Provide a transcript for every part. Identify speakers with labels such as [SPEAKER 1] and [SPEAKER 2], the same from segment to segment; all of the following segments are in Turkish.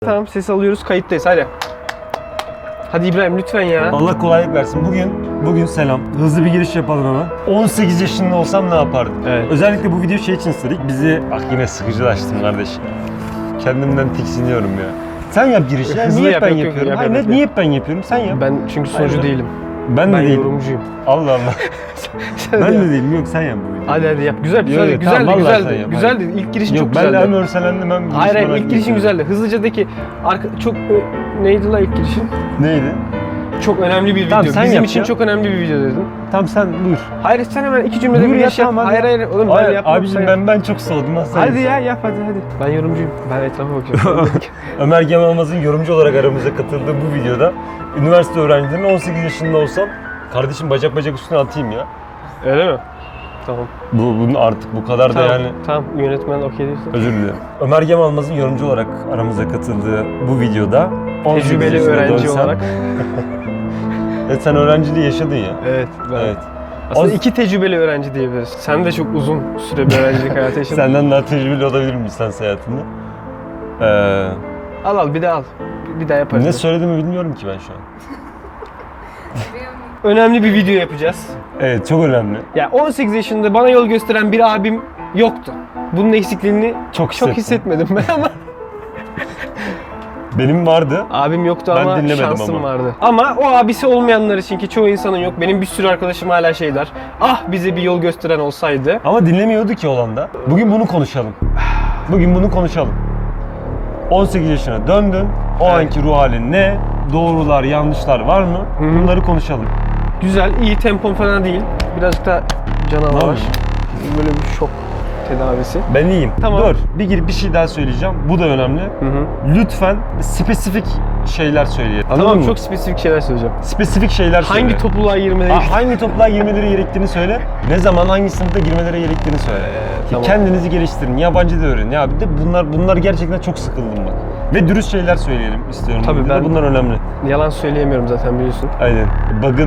[SPEAKER 1] Tamam, ses alıyoruz, kayıttayız, hadi. Hadi İbrahim lütfen ya.
[SPEAKER 2] Allah kolaylık versin. Bugün selam. Hızlı bir giriş yapalım hemen. 18 yaşında olsam ne yapardım?
[SPEAKER 1] Evet.
[SPEAKER 2] Özellikle bu video şey için istedik. Bak yine sıkıcılaştım kardeşim. Kendimden tiksiniyorum ya. Sen yap girişi. Ya.
[SPEAKER 1] Hızlı
[SPEAKER 2] Niye
[SPEAKER 1] yap,
[SPEAKER 2] ben
[SPEAKER 1] yok,
[SPEAKER 2] yapıyorum?
[SPEAKER 1] yap,
[SPEAKER 2] Hayır,
[SPEAKER 1] yap.
[SPEAKER 2] niye hep ben yapıyorum? Sen yap.
[SPEAKER 1] Ben çünkü sonucu
[SPEAKER 2] Hayır.
[SPEAKER 1] değilim.
[SPEAKER 2] Ben de
[SPEAKER 1] Ben
[SPEAKER 2] değilim.
[SPEAKER 1] yorumcuyum.
[SPEAKER 2] Allah Allah.
[SPEAKER 1] Sen
[SPEAKER 2] Ben
[SPEAKER 1] yap.
[SPEAKER 2] de değilim. Yok sen yap bu videoyu.
[SPEAKER 1] Hadi yap. Güzel,
[SPEAKER 2] Yok, yok, tamam, vallahi sen
[SPEAKER 1] güzeldi.
[SPEAKER 2] yap,
[SPEAKER 1] Güzeldi. İlk girişin
[SPEAKER 2] Yok
[SPEAKER 1] çok
[SPEAKER 2] ben
[SPEAKER 1] güzeldi.
[SPEAKER 2] hem örselendim hem...
[SPEAKER 1] Hayır,
[SPEAKER 2] merak
[SPEAKER 1] ilk girişin
[SPEAKER 2] ediyorum.
[SPEAKER 1] güzeldi. Hızlıca de ki çok neydi la ilk girişin?
[SPEAKER 2] Neydi?
[SPEAKER 1] Çok önemli bir
[SPEAKER 2] Tamam,
[SPEAKER 1] video.
[SPEAKER 2] sen
[SPEAKER 1] Bizim
[SPEAKER 2] yap
[SPEAKER 1] için
[SPEAKER 2] ya.
[SPEAKER 1] çok önemli bir video dedin.
[SPEAKER 2] Tamam sen buyur.
[SPEAKER 1] Hayır, sen hemen iki cümlede
[SPEAKER 2] Buyur
[SPEAKER 1] bir
[SPEAKER 2] ya,
[SPEAKER 1] giriş yap.
[SPEAKER 2] tamam, hadi.
[SPEAKER 1] Hayır, oğlum ben
[SPEAKER 2] Hayır,
[SPEAKER 1] yapmam.
[SPEAKER 2] abicim ben çok soğudum.
[SPEAKER 1] Hadi ya, yap hadi. Ben yorumcuyum. Ben etrafa bakıyorum.
[SPEAKER 2] Ömer Gemalmaz'ın yorumcu olarak aramıza katıldığı bu videoda üniversite öğrencilerinin 18 yaşında olsam kardeşim bacak üstüne atayım ya.
[SPEAKER 1] Öyle mi? Tamam.
[SPEAKER 2] Bunun artık bu kadar da yani.
[SPEAKER 1] Tamam, yönetmen okey diyorsun.
[SPEAKER 2] Özür dilerim. Ömer Gemalmaz'ın yorumcu olarak aramıza katıldığı bu videoda 18
[SPEAKER 1] Tecrübeli
[SPEAKER 2] yaşında
[SPEAKER 1] öğrenci
[SPEAKER 2] dönsem-
[SPEAKER 1] olarak.
[SPEAKER 2] Evet, sen öğrenciliği yaşadın ya.
[SPEAKER 1] Evet.
[SPEAKER 2] Evet.
[SPEAKER 1] Aslında iki tecrübeli öğrenci diyebiliriz. Sen de çok uzun süre bir öğrencilik hayatı yaşadın.
[SPEAKER 2] Senden daha tecrübeli olabilir mi lisans hayatında?
[SPEAKER 1] Al bir daha al. Bir daha yaparız.
[SPEAKER 2] Ne söylediğimi bilmiyorum ki ben şu an.
[SPEAKER 1] Önemli bir video yapacağız.
[SPEAKER 2] Evet, çok önemli.
[SPEAKER 1] Ya 18 yaşında bana yol gösteren bir abim yoktu. Bunun eksikliğini
[SPEAKER 2] Çok
[SPEAKER 1] hissetmedim ben ama.
[SPEAKER 2] Benim vardı.
[SPEAKER 1] Abim yoktu
[SPEAKER 2] Ben
[SPEAKER 1] ama
[SPEAKER 2] dinlemedim
[SPEAKER 1] şansım
[SPEAKER 2] ama.
[SPEAKER 1] vardı. Ama o abisi olmayanlar için, ki çoğu insanın yok. Benim bir sürü arkadaşım hala şey der. Ah, bize bir yol gösteren olsaydı.
[SPEAKER 2] Ama dinlemiyordu ki olan da. Bugün bunu konuşalım. 18 yaşına döndün. O
[SPEAKER 1] Evet.
[SPEAKER 2] anki ruh halin ne? Doğrular, yanlışlar var mı? Bunları konuşalım.
[SPEAKER 1] Güzel, iyi, tempom fena değil. Birazcık da canavar.
[SPEAKER 2] yapıyorsun?
[SPEAKER 1] Böyle bir şok tedavisi.
[SPEAKER 2] Ben iyiyim.
[SPEAKER 1] Tamam.
[SPEAKER 2] Dur, bir şey daha söyleyeceğim. Bu da önemli. Lütfen spesifik şeyler söyleyelim. Anladın
[SPEAKER 1] Tamam,
[SPEAKER 2] mı?
[SPEAKER 1] çok spesifik şeyler söyleyeceğim.
[SPEAKER 2] spesifik şeyler söyle.
[SPEAKER 1] Hangi topluluğa girmeleri
[SPEAKER 2] Hangi topluluğa girmeleri gerektiğini söyle. Ne zaman hangi sınıfta girmeleri gerektiğini söyle.
[SPEAKER 1] tamam.
[SPEAKER 2] Kendinizi geliştirin. Yabancı dil öğrenin. Ya bir de bunlar gerçekten çok sıkıldım bak. Ve dürüst şeyler söyleyelim istiyorum.
[SPEAKER 1] Tabii,
[SPEAKER 2] Burada.
[SPEAKER 1] ben-
[SPEAKER 2] Bunlar önemli.
[SPEAKER 1] Yalan söyleyemiyorum zaten, biliyorsun.
[SPEAKER 2] Aynen. Bug'ın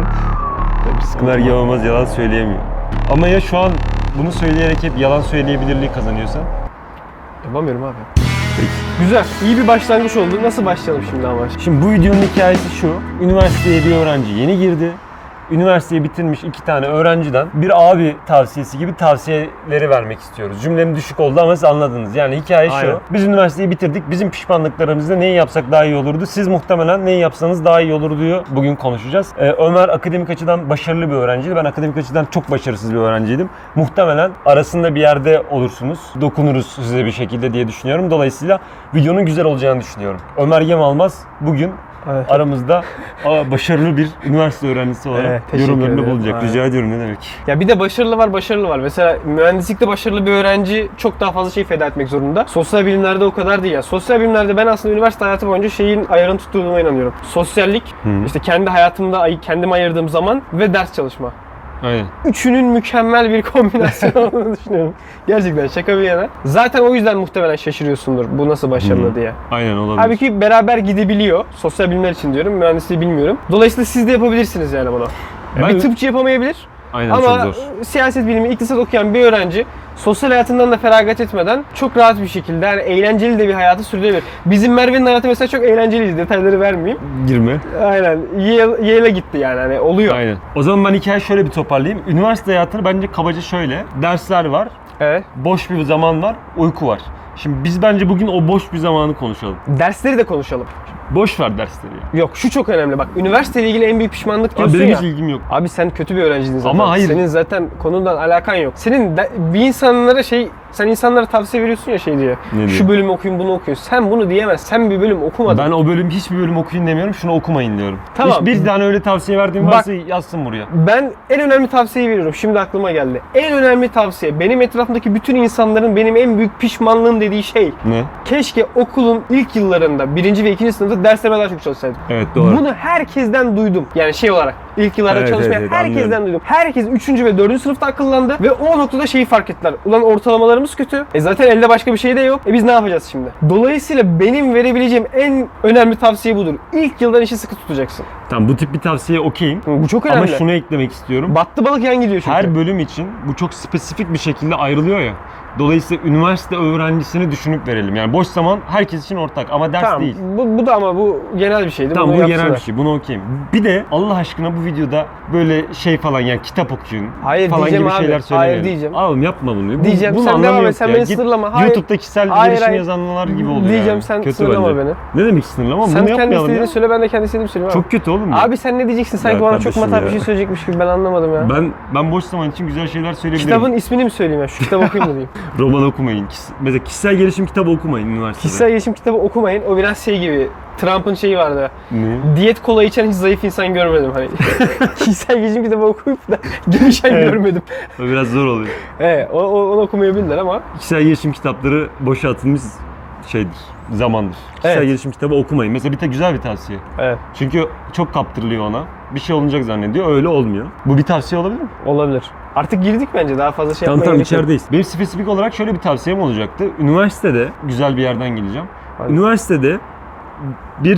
[SPEAKER 2] Ömer Gemalmaz yalan söyleyemiyor. Ama ya şu an bunu söyleyerek hep yalan söyleyebilirliği kazanıyorsan?
[SPEAKER 1] Yapamıyorum abi.
[SPEAKER 2] Peki.
[SPEAKER 1] Güzel, iyi bir başlangıç oldu. Nasıl başlayalım şimdi ama?
[SPEAKER 2] Şimdi bu videonun hikayesi şu. Üniversiteye bir öğrenci yeni girdi. Üniversiteyi bitirmiş 2 tane öğrenciden bir abi tavsiyesi gibi tavsiyeleri vermek istiyoruz. Cümlenin düşük oldu ama siz anladınız. Yani hikaye şu.
[SPEAKER 1] Aynen.
[SPEAKER 2] Biz üniversiteyi bitirdik. Bizim pişmanlıklarımızda neyi yapsak daha iyi olurdu. Siz muhtemelen neyi yapsanız daha iyi olur diyor. Bugün konuşacağız. Ömer akademik açıdan başarılı bir öğrenciydi. Ben akademik açıdan çok başarısız bir öğrenciydim. Muhtemelen arasında bir yerde olursunuz. Dokunuruz size bir şekilde diye düşünüyorum. Dolayısıyla videonun güzel olacağını düşünüyorum. Ömer Gemalmaz bugün
[SPEAKER 1] Evet.
[SPEAKER 2] aramızda başarılı bir üniversite öğrencisi olarak
[SPEAKER 1] Evet, teşekkür
[SPEAKER 2] yorumlarını
[SPEAKER 1] ederim.
[SPEAKER 2] bulacak.
[SPEAKER 1] Aynen.
[SPEAKER 2] Rica ediyorum, ne demek.
[SPEAKER 1] Ya bir de başarılı var. Mesela mühendislikte başarılı bir öğrenci çok daha fazla şey feda etmek zorunda. Sosyal bilimlerde o kadar değil ya. Sosyal bilimlerde ben aslında üniversite hayatı boyunca şeyin ayarını tutturduğuma inanıyorum. Sosyallik, işte kendi hayatımda kendime ayırdığım zaman ve ders çalışma.
[SPEAKER 2] Aynen.
[SPEAKER 1] Üçünün mükemmel bir kombinasyon olduğunu düşünüyorum. Gerçekten, şaka bir yana. Zaten o yüzden muhtemelen şaşırıyorsundur bu nasıl başarılı diye.
[SPEAKER 2] Aynen, olabilir.
[SPEAKER 1] Halbuki beraber gidebiliyor. Sosyal bilimler için diyorum, mühendisliği bilmiyorum. Dolayısıyla siz de yapabilirsiniz yani bunu.
[SPEAKER 2] Ben-
[SPEAKER 1] Bir tıpçı yapamayabilir.
[SPEAKER 2] Aynen, çok
[SPEAKER 1] Ama
[SPEAKER 2] zor.
[SPEAKER 1] siyaset bilimi, iktisat okuyan bir öğrenci sosyal hayatından da feragat etmeden çok rahat bir şekilde, yani eğlenceli de bir hayatı sürdürebilir. Bizim Merve'nin hayatı mesela çok eğlenceliydi, detayları vermeyeyim.
[SPEAKER 2] Girme.
[SPEAKER 1] Aynen, Yale'e gitti yani, hani oluyor.
[SPEAKER 2] Aynen. O zaman ben hikayeyi şöyle bir toparlayayım. Üniversite hayatını bence kabaca şöyle. Dersler var,
[SPEAKER 1] Evet.
[SPEAKER 2] boş bir zaman var, uyku var. Şimdi biz bence bugün o boş bir zamanı konuşalım.
[SPEAKER 1] Dersleri de konuşalım.
[SPEAKER 2] Boş ver dersleri ya.
[SPEAKER 1] Yok, şu çok önemli bak, üniversiteyle ilgili en büyük pişmanlık
[SPEAKER 2] Abi
[SPEAKER 1] diyorsun
[SPEAKER 2] benim
[SPEAKER 1] ya.
[SPEAKER 2] hiç ilgim yok.
[SPEAKER 1] Abi sen kötü bir öğrenciydin zaten.
[SPEAKER 2] Ama hayır.
[SPEAKER 1] Senin zaten konundan alakan yok. Senin bir insanlara sen insanlara tavsiye veriyorsun ya şey diye.
[SPEAKER 2] Ne diyor?
[SPEAKER 1] Şu bölümü okuyun, bunu okuyun. Sen bunu diyemez. Sen bir bölüm okumadın.
[SPEAKER 2] Hiçbir bölüm okuyun demiyorum, şunu okumayın diyorum.
[SPEAKER 1] Tamam.
[SPEAKER 2] Hiçbir tane öyle tavsiye verdiğim
[SPEAKER 1] Bak-
[SPEAKER 2] varsa yazsın buraya.
[SPEAKER 1] Ben en önemli tavsiyeyi veriyorum. Şimdi aklıma geldi. En önemli tavsiye, benim etrafımdaki bütün insanların benim en büyük pişmanlığım dediği şey.
[SPEAKER 2] Ne?
[SPEAKER 1] Keşke okulun ilk yıllarında, 1. ve 2. sınıfta derslerime daha çok çalışsaydım.
[SPEAKER 2] Evet, doğru.
[SPEAKER 1] Bunu herkesten duydum. Yani şey olarak, ilk yıllarda
[SPEAKER 2] Evet,
[SPEAKER 1] çalışmayan
[SPEAKER 2] evet,
[SPEAKER 1] herkesten
[SPEAKER 2] anlıyorum.
[SPEAKER 1] duydum. Herkes 3. ve 4. sınıfta akıllandı ve o noktada şeyi fark ettiler. Ulan ortalamalarımız kötü. Zaten elde başka bir şey de yok. Biz ne yapacağız şimdi? Dolayısıyla benim verebileceğim en önemli tavsiye budur. İlk yıldan işi sıkı tutacaksın.
[SPEAKER 2] Tamam, bu tip bir tavsiye okeyim.
[SPEAKER 1] Bu çok önemli.
[SPEAKER 2] Ama şunu eklemek istiyorum.
[SPEAKER 1] Battı balık yan gidiyor çünkü.
[SPEAKER 2] Her bölüm için bu çok spesifik bir şekilde ayrılıyor ya. Dolayısıyla üniversite öğrencisini düşünüp verelim. Yani boş zaman herkes için ortak ama ders
[SPEAKER 1] Tamam.
[SPEAKER 2] değil.
[SPEAKER 1] Bu da ama bu genel bir şeydi.
[SPEAKER 2] Tamam,
[SPEAKER 1] Bunu
[SPEAKER 2] bu
[SPEAKER 1] yapsınlar.
[SPEAKER 2] genel bir şey. Bunu okuyayım. Bir de Allah aşkına bu videoda böyle şey falan, yani kitap okuyun
[SPEAKER 1] Hayır
[SPEAKER 2] falan
[SPEAKER 1] diyeceğim
[SPEAKER 2] gibi
[SPEAKER 1] abi.
[SPEAKER 2] şeyler söylemeyelim.
[SPEAKER 1] Hayır diyeceğim.
[SPEAKER 2] Oğlum yapma bunu.
[SPEAKER 1] Diyeceğim,
[SPEAKER 2] bunun
[SPEAKER 1] sen
[SPEAKER 2] anlamı
[SPEAKER 1] devam et,
[SPEAKER 2] yok
[SPEAKER 1] sen
[SPEAKER 2] ya.
[SPEAKER 1] beni
[SPEAKER 2] Git
[SPEAKER 1] sınırlama. Hayır.
[SPEAKER 2] YouTube'da kişisel
[SPEAKER 1] Hayır,
[SPEAKER 2] gelişim
[SPEAKER 1] hayır.
[SPEAKER 2] yazanlar gibi oluyor
[SPEAKER 1] Diyeceğim,
[SPEAKER 2] yani.
[SPEAKER 1] sen
[SPEAKER 2] Kötü
[SPEAKER 1] sınırlama
[SPEAKER 2] bence.
[SPEAKER 1] beni.
[SPEAKER 2] Ne demek sınırlama?
[SPEAKER 1] Sen
[SPEAKER 2] Bunu
[SPEAKER 1] kendi
[SPEAKER 2] yapmayalım
[SPEAKER 1] istediğini
[SPEAKER 2] ya.
[SPEAKER 1] söyle, ben de kendi istediğimi söyleyeyim.
[SPEAKER 2] Çok kötü oğlum ya.
[SPEAKER 1] Abi sen ne diyeceksin? Sanki bana çok
[SPEAKER 2] kardeşim
[SPEAKER 1] matah
[SPEAKER 2] ya.
[SPEAKER 1] bir şey söyleyecekmiş gibi, ben anlamadım ya.
[SPEAKER 2] Ben boş zaman için güzel şeyler söyleyebilirim.
[SPEAKER 1] Kitabın ismini mi söyleyeyim ya? Şu kitabı okuyayım mı diyeyim?
[SPEAKER 2] Roman okumayın. Mesela kişisel gelişim kitabı okumayın üniversitede.
[SPEAKER 1] Kişisel gelişim kitabı okumayın. O biraz şey gibi. Trump'ın şeyi vardı.
[SPEAKER 2] Ne?
[SPEAKER 1] Diyet kola içen hiç zayıf insan görmedim hani. Kişisel gelişim kitabı okuyup da gelişen
[SPEAKER 2] Evet.
[SPEAKER 1] görmedim.
[SPEAKER 2] O biraz zor oluyor.
[SPEAKER 1] Evet, onu okumayabilirler ama
[SPEAKER 2] Kişisel gelişim kitapları boşa atılmış şeydir, zamandır. Kişisel
[SPEAKER 1] Evet.
[SPEAKER 2] gelişim kitabı okumayın. Mesela güzel bir tavsiye.
[SPEAKER 1] evet,
[SPEAKER 2] Çünkü çok kaptırılıyor ona. Bir şey olacak zannediyor. Öyle olmuyor. Bu bir tavsiye olabilir mi?
[SPEAKER 1] olabilir. Artık girdik bence, daha fazla şey
[SPEAKER 2] Tamam
[SPEAKER 1] yapmaya gerek yok.
[SPEAKER 2] içerideyiz. Benim spesifik olarak şöyle bir tavsiyem olacaktı. Üniversitede, güzel bir yerden geleceğim.
[SPEAKER 1] Hadi.
[SPEAKER 2] Üniversitede bir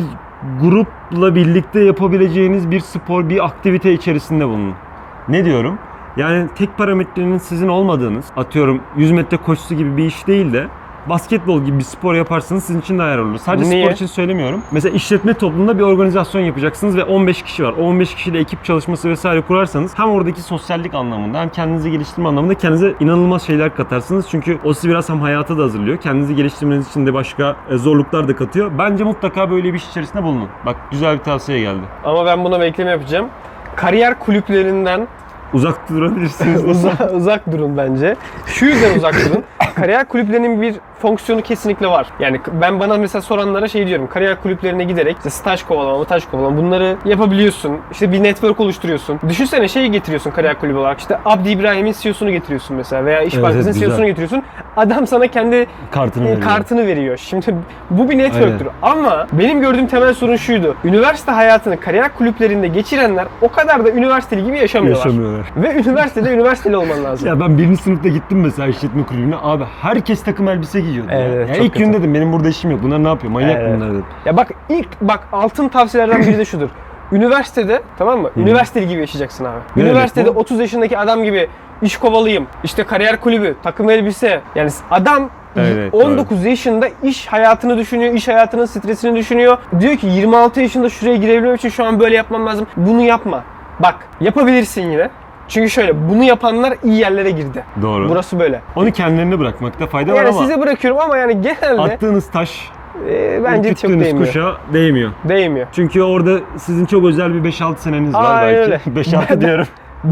[SPEAKER 2] grupla birlikte yapabileceğiniz bir spor, bir aktivite içerisinde bulunun. Ne diyorum? Yani tek parametrenin sizin olmadığınız, atıyorum 100 metre koşusu gibi bir iş değil de basketbol gibi bir spor yaparsanız sizin için daha yararlı olur. Sadece
[SPEAKER 1] Niye?
[SPEAKER 2] spor için söylemiyorum. Mesela işletme toplumunda bir organizasyon yapacaksınız ve 15 kişi var. O 15 kişiyle ekip çalışması vesaire kurarsanız hem oradaki sosyallik anlamında hem kendinizi geliştirme anlamında kendinize inanılmaz şeyler katarsınız. Çünkü o sizi biraz hem hayata da hazırlıyor. Kendinizi geliştirmeniz için de başka zorluklar da katıyor. Bence mutlaka böyle bir iş içerisinde bulunun. Bak güzel bir tavsiye geldi.
[SPEAKER 1] Ama ben buna bekleme yapacağım. Kariyer kulüplerinden
[SPEAKER 2] Uzak durabilirsiniz.
[SPEAKER 1] uzak durun bence. Şu yüzden uzak durun. Kariyer kulüplerinin bir fonksiyonu kesinlikle var. Yani bana mesela soranlara şey diyorum. Kariyer kulüplerine giderek işte staj kovalama, bunları yapabiliyorsun. İşte bir network oluşturuyorsun. Düşünsene şeyi getiriyorsun kariyer kulübü olarak. İşte Abdi İbrahim'in CEO'sunu getiriyorsun mesela veya İş
[SPEAKER 2] Evet,
[SPEAKER 1] Bankası'nın
[SPEAKER 2] güzel.
[SPEAKER 1] CEO'sunu getiriyorsun. Adam sana kendi
[SPEAKER 2] Kartını veriyor.
[SPEAKER 1] Şimdi bu bir network'tür. Ama benim gördüğüm temel sorun şuydu. Üniversite hayatını kariyer kulüplerinde geçirenler o kadar da üniversiteli gibi yaşamıyorlar. Ve üniversiteli olman lazım.
[SPEAKER 2] Ya ben birinci sınıfta gittim mesela işletme kulübüne. Abi herkes takım elbise giyiyordu.
[SPEAKER 1] Evet,
[SPEAKER 2] ya.
[SPEAKER 1] çok
[SPEAKER 2] İlk gün
[SPEAKER 1] kötü.
[SPEAKER 2] dedim benim burada işim yok. Bunlar ne yapıyor? Manyak
[SPEAKER 1] Evet.
[SPEAKER 2] bunlar dedim.
[SPEAKER 1] Ya bak altın tavsiyelerden biri de şudur. Üniversitede, tamam mı? Üniversiteli gibi yaşayacaksın abi.
[SPEAKER 2] Ne
[SPEAKER 1] Üniversitede
[SPEAKER 2] demek bu?
[SPEAKER 1] 30 yaşındaki adam gibi iş kovalayayım, işte kariyer kulübü, takım elbise. Yani adam
[SPEAKER 2] Evet,
[SPEAKER 1] 19 yaşında iş hayatını düşünüyor, iş hayatının stresini düşünüyor. Diyor ki 26 yaşında şuraya girebilmem için şu an böyle yapmam lazım. Bunu yapma. Bak, yapabilirsin yine. Çünkü şöyle, bunu yapanlar iyi yerlere girdi.
[SPEAKER 2] Doğru.
[SPEAKER 1] Burası böyle.
[SPEAKER 2] Onu kendilerine bırakmakta fayda var
[SPEAKER 1] Yani
[SPEAKER 2] ama
[SPEAKER 1] size bırakıyorum ama yani genelde
[SPEAKER 2] attığınız taş,
[SPEAKER 1] bence çok
[SPEAKER 2] küttüğünüz
[SPEAKER 1] değmiyor.
[SPEAKER 2] kuşa değmiyor.
[SPEAKER 1] Değmiyor.
[SPEAKER 2] Çünkü orada sizin çok özel bir 5-6 seneniz var
[SPEAKER 1] Aynen
[SPEAKER 2] belki.
[SPEAKER 1] öyle.
[SPEAKER 2] 5-6 diyorum.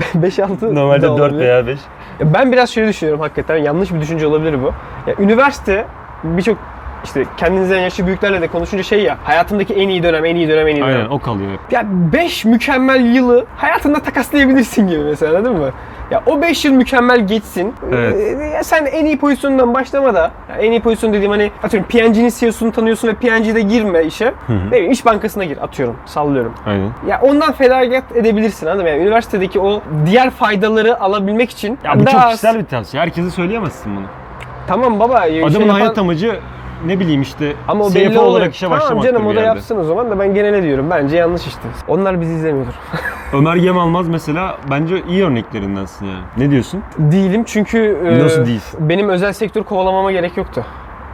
[SPEAKER 1] 5-6
[SPEAKER 2] Normalde
[SPEAKER 1] da
[SPEAKER 2] 4
[SPEAKER 1] olabilir.
[SPEAKER 2] veya 5.
[SPEAKER 1] Ben biraz şöyle düşünüyorum hakikaten. Yanlış bir düşünce olabilir bu. Ya, üniversite birçok işte kendinizden yaşlı büyüklerle de konuşunca şey ya, hayatımdaki en iyi dönem.
[SPEAKER 2] Aynen o kalıyor.
[SPEAKER 1] Ya 5 mükemmel yılı hayatında takaslayabilirsin gibi mesela, anladın mı? Ya o 5 yıl mükemmel geçsin.
[SPEAKER 2] Evet.
[SPEAKER 1] Ya sen en iyi pozisyondan başlama da. Ya en iyi pozisyon dediğim hani atıyorum P&G'nin CEO'sunu tanıyorsun ve P&G'de girme işe. Ne bileyim, İş Bankası'na gir atıyorum. Sallıyorum.
[SPEAKER 2] Aynen.
[SPEAKER 1] Ya ondan feragat edebilirsin, anladın mı? Yani üniversitedeki o diğer faydaları alabilmek için
[SPEAKER 2] Ya bu
[SPEAKER 1] daha
[SPEAKER 2] çok
[SPEAKER 1] az-
[SPEAKER 2] kişisel bir tavsiye. Herkese söyleyemezsin bunu.
[SPEAKER 1] Tamam baba.
[SPEAKER 2] Adamın hayat amacı ne bileyim işte
[SPEAKER 1] ama o belli
[SPEAKER 2] CFO
[SPEAKER 1] oluyor.
[SPEAKER 2] olarak işe
[SPEAKER 1] Tamam
[SPEAKER 2] başlamaktır
[SPEAKER 1] canım, o
[SPEAKER 2] bir
[SPEAKER 1] da
[SPEAKER 2] yerde.
[SPEAKER 1] yapsın o zaman da ben genele diyorum. Bence yanlış işte. Onlar bizi izlemiyordur.
[SPEAKER 2] Ömer Gemalmaz mesela bence iyi örneklerindensin yani. Ne diyorsun?
[SPEAKER 1] Değilim çünkü
[SPEAKER 2] Nasıl değilsin?
[SPEAKER 1] benim özel sektör kovalamama gerek yoktu.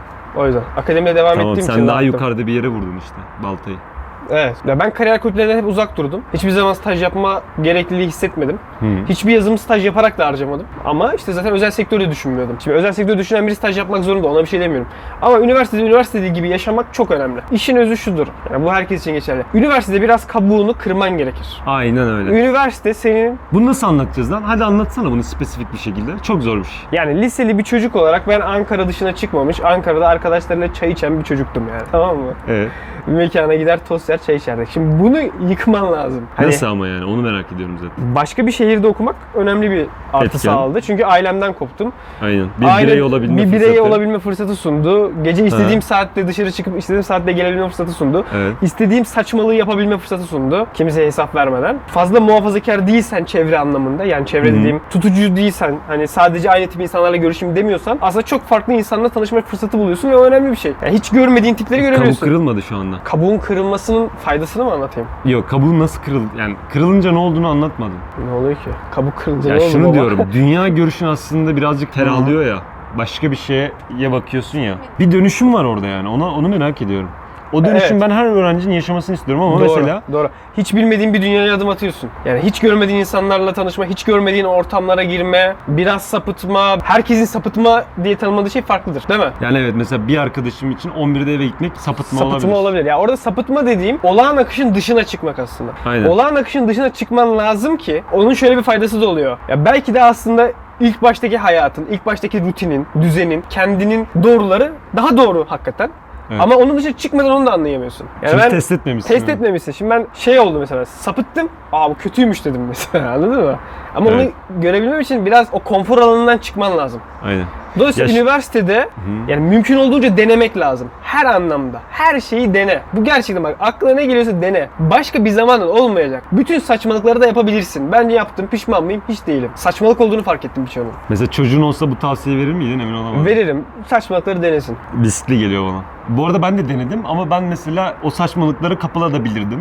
[SPEAKER 1] O yüzden. Akademiye devam
[SPEAKER 2] Tamam
[SPEAKER 1] ettiğim için
[SPEAKER 2] sen daha
[SPEAKER 1] rahattım.
[SPEAKER 2] yukarıda bir yere vurdun işte baltayı.
[SPEAKER 1] Evet. Ya ben kariyer kulüplerinden hep uzak durdum. Hiçbir zaman staj yapma gerekliliği hissetmedim.
[SPEAKER 2] Hı.
[SPEAKER 1] Hiçbir yazımı staj yaparak da harcamadım. Ama işte zaten özel sektörde düşünmüyordum. Şimdi özel sektörde düşünen biri staj yapmak zorunda, ona bir şey demiyorum. Ama üniversitede gibi yaşamak çok önemli. İşin özü şudur. Yani bu herkes için geçerli. Üniversitede biraz kabuğunu kırman gerekir.
[SPEAKER 2] Aynen öyle.
[SPEAKER 1] Üniversite senin,
[SPEAKER 2] Bunu nasıl anlatacağız lan? Hadi anlatsana bunu spesifik bir şekilde. Çok zor bir şey.
[SPEAKER 1] yani liseli bir çocuk olarak ben Ankara dışına çıkmamış, Ankara'da arkadaşlarıyla çay içen bir çocuktum yani. Tamam mı?
[SPEAKER 2] Evet.
[SPEAKER 1] Bir mekana gider, tost yer, çay içerdik. Şimdi bunu yıkman lazım. Hani
[SPEAKER 2] Nasıl ama yani onu merak ediyorum zaten.
[SPEAKER 1] başka bir şehirde okumak önemli bir artı
[SPEAKER 2] Etken.
[SPEAKER 1] sağladı. Çünkü ailemden koptum.
[SPEAKER 2] Aynen. Bir
[SPEAKER 1] Aile
[SPEAKER 2] birey olabilme
[SPEAKER 1] bir birey
[SPEAKER 2] fırsatı.
[SPEAKER 1] olabilme fırsatı sundu. Gece istediğim
[SPEAKER 2] Ha.
[SPEAKER 1] saatte dışarı çıkıp istediğim saatte gelebilme fırsatı sundu.
[SPEAKER 2] Evet.
[SPEAKER 1] İstediğim saçmalığı yapabilme fırsatı sundu. Kimseye hesap vermeden. Fazla muhafazakar değilsen çevre anlamında, yani çevre
[SPEAKER 2] Hı hı.
[SPEAKER 1] dediğim tutucu değilsen, hani sadece aynı tip insanlarla görüşeyim demiyorsan aslında çok farklı insanlarla tanışma fırsatı buluyorsun ve o önemli bir şey. Yani hiç görmediğin tipleri
[SPEAKER 2] Kabuk
[SPEAKER 1] görebiliyorsun.
[SPEAKER 2] kırılmadı şu anda.
[SPEAKER 1] Kabuğun kırılmasının faydasını mı anlatayım?
[SPEAKER 2] Yok kabuğun nasıl kırıldı? Yani kırılınca ne olduğunu anlatmadın.
[SPEAKER 1] Ne oluyor ki? Kabuk kırılınca
[SPEAKER 2] Ya
[SPEAKER 1] ne oldu
[SPEAKER 2] şunu
[SPEAKER 1] baba?
[SPEAKER 2] diyorum. Dünya görüşün aslında birazcık ferahlıyor ya. başka bir şeye bakıyorsun ya. Bir dönüşüm var orada yani. Onu merak ediyorum. O dönüşüm
[SPEAKER 1] Evet.
[SPEAKER 2] ben her öğrencinin yaşamasını istiyorum ama
[SPEAKER 1] Doğru,
[SPEAKER 2] mesela
[SPEAKER 1] doğru. Hiç bilmediğin bir dünyaya adım atıyorsun. Yani hiç görmediğin insanlarla tanışma, hiç görmediğin ortamlara girme, biraz sapıtma. Herkesin sapıtma diye tanımladığı şey farklıdır, değil mi?
[SPEAKER 2] yani evet mesela bir arkadaşım için 11'de eve gitmek sapıtma olabilir.
[SPEAKER 1] Ya orada sapıtma dediğim olağan akışın dışına çıkmak aslında.
[SPEAKER 2] Aynen.
[SPEAKER 1] Olağan akışın dışına çıkman lazım ki onun şöyle bir faydası da oluyor. Ya belki de aslında ilk baştaki hayatın, ilk baştaki rutinin, düzenin, kendinin doğruları daha doğru hakikaten.
[SPEAKER 2] Evet.
[SPEAKER 1] Ama onun dışına çıkmadan onu da anlayamıyorsun. Yani
[SPEAKER 2] Çünkü
[SPEAKER 1] ben
[SPEAKER 2] test etmemişsin.
[SPEAKER 1] test etmemişsin. Şimdi ben şey oldu mesela, sapıttım. Aa bu kötüymüş dedim mesela, anladın mı? Ama
[SPEAKER 2] Evet.
[SPEAKER 1] onu görebilmem için biraz o konfor alanından çıkman lazım.
[SPEAKER 2] Aynen.
[SPEAKER 1] Dolayısıyla
[SPEAKER 2] Yaş-
[SPEAKER 1] üniversitede yani mümkün olduğunca denemek lazım. Her anlamda. Her şeyi dene. Bu gerçekten bak aklına ne geliyorsa dene. Başka bir zamanın olmayacak. Bütün saçmalıkları da yapabilirsin. Ben yaptım, pişman mıyım? Hiç değilim. Saçmalık olduğunu fark ettim birçoğunun.
[SPEAKER 2] Mesela çocuğun olsa bu tavsiye verir miydin emin olamadım.
[SPEAKER 1] Veririm. Saçmalıkları denesin.
[SPEAKER 2] Riskli geliyor bana. Bu arada ben de denedim ama ben mesela o saçmalıkları kapılabilirdim.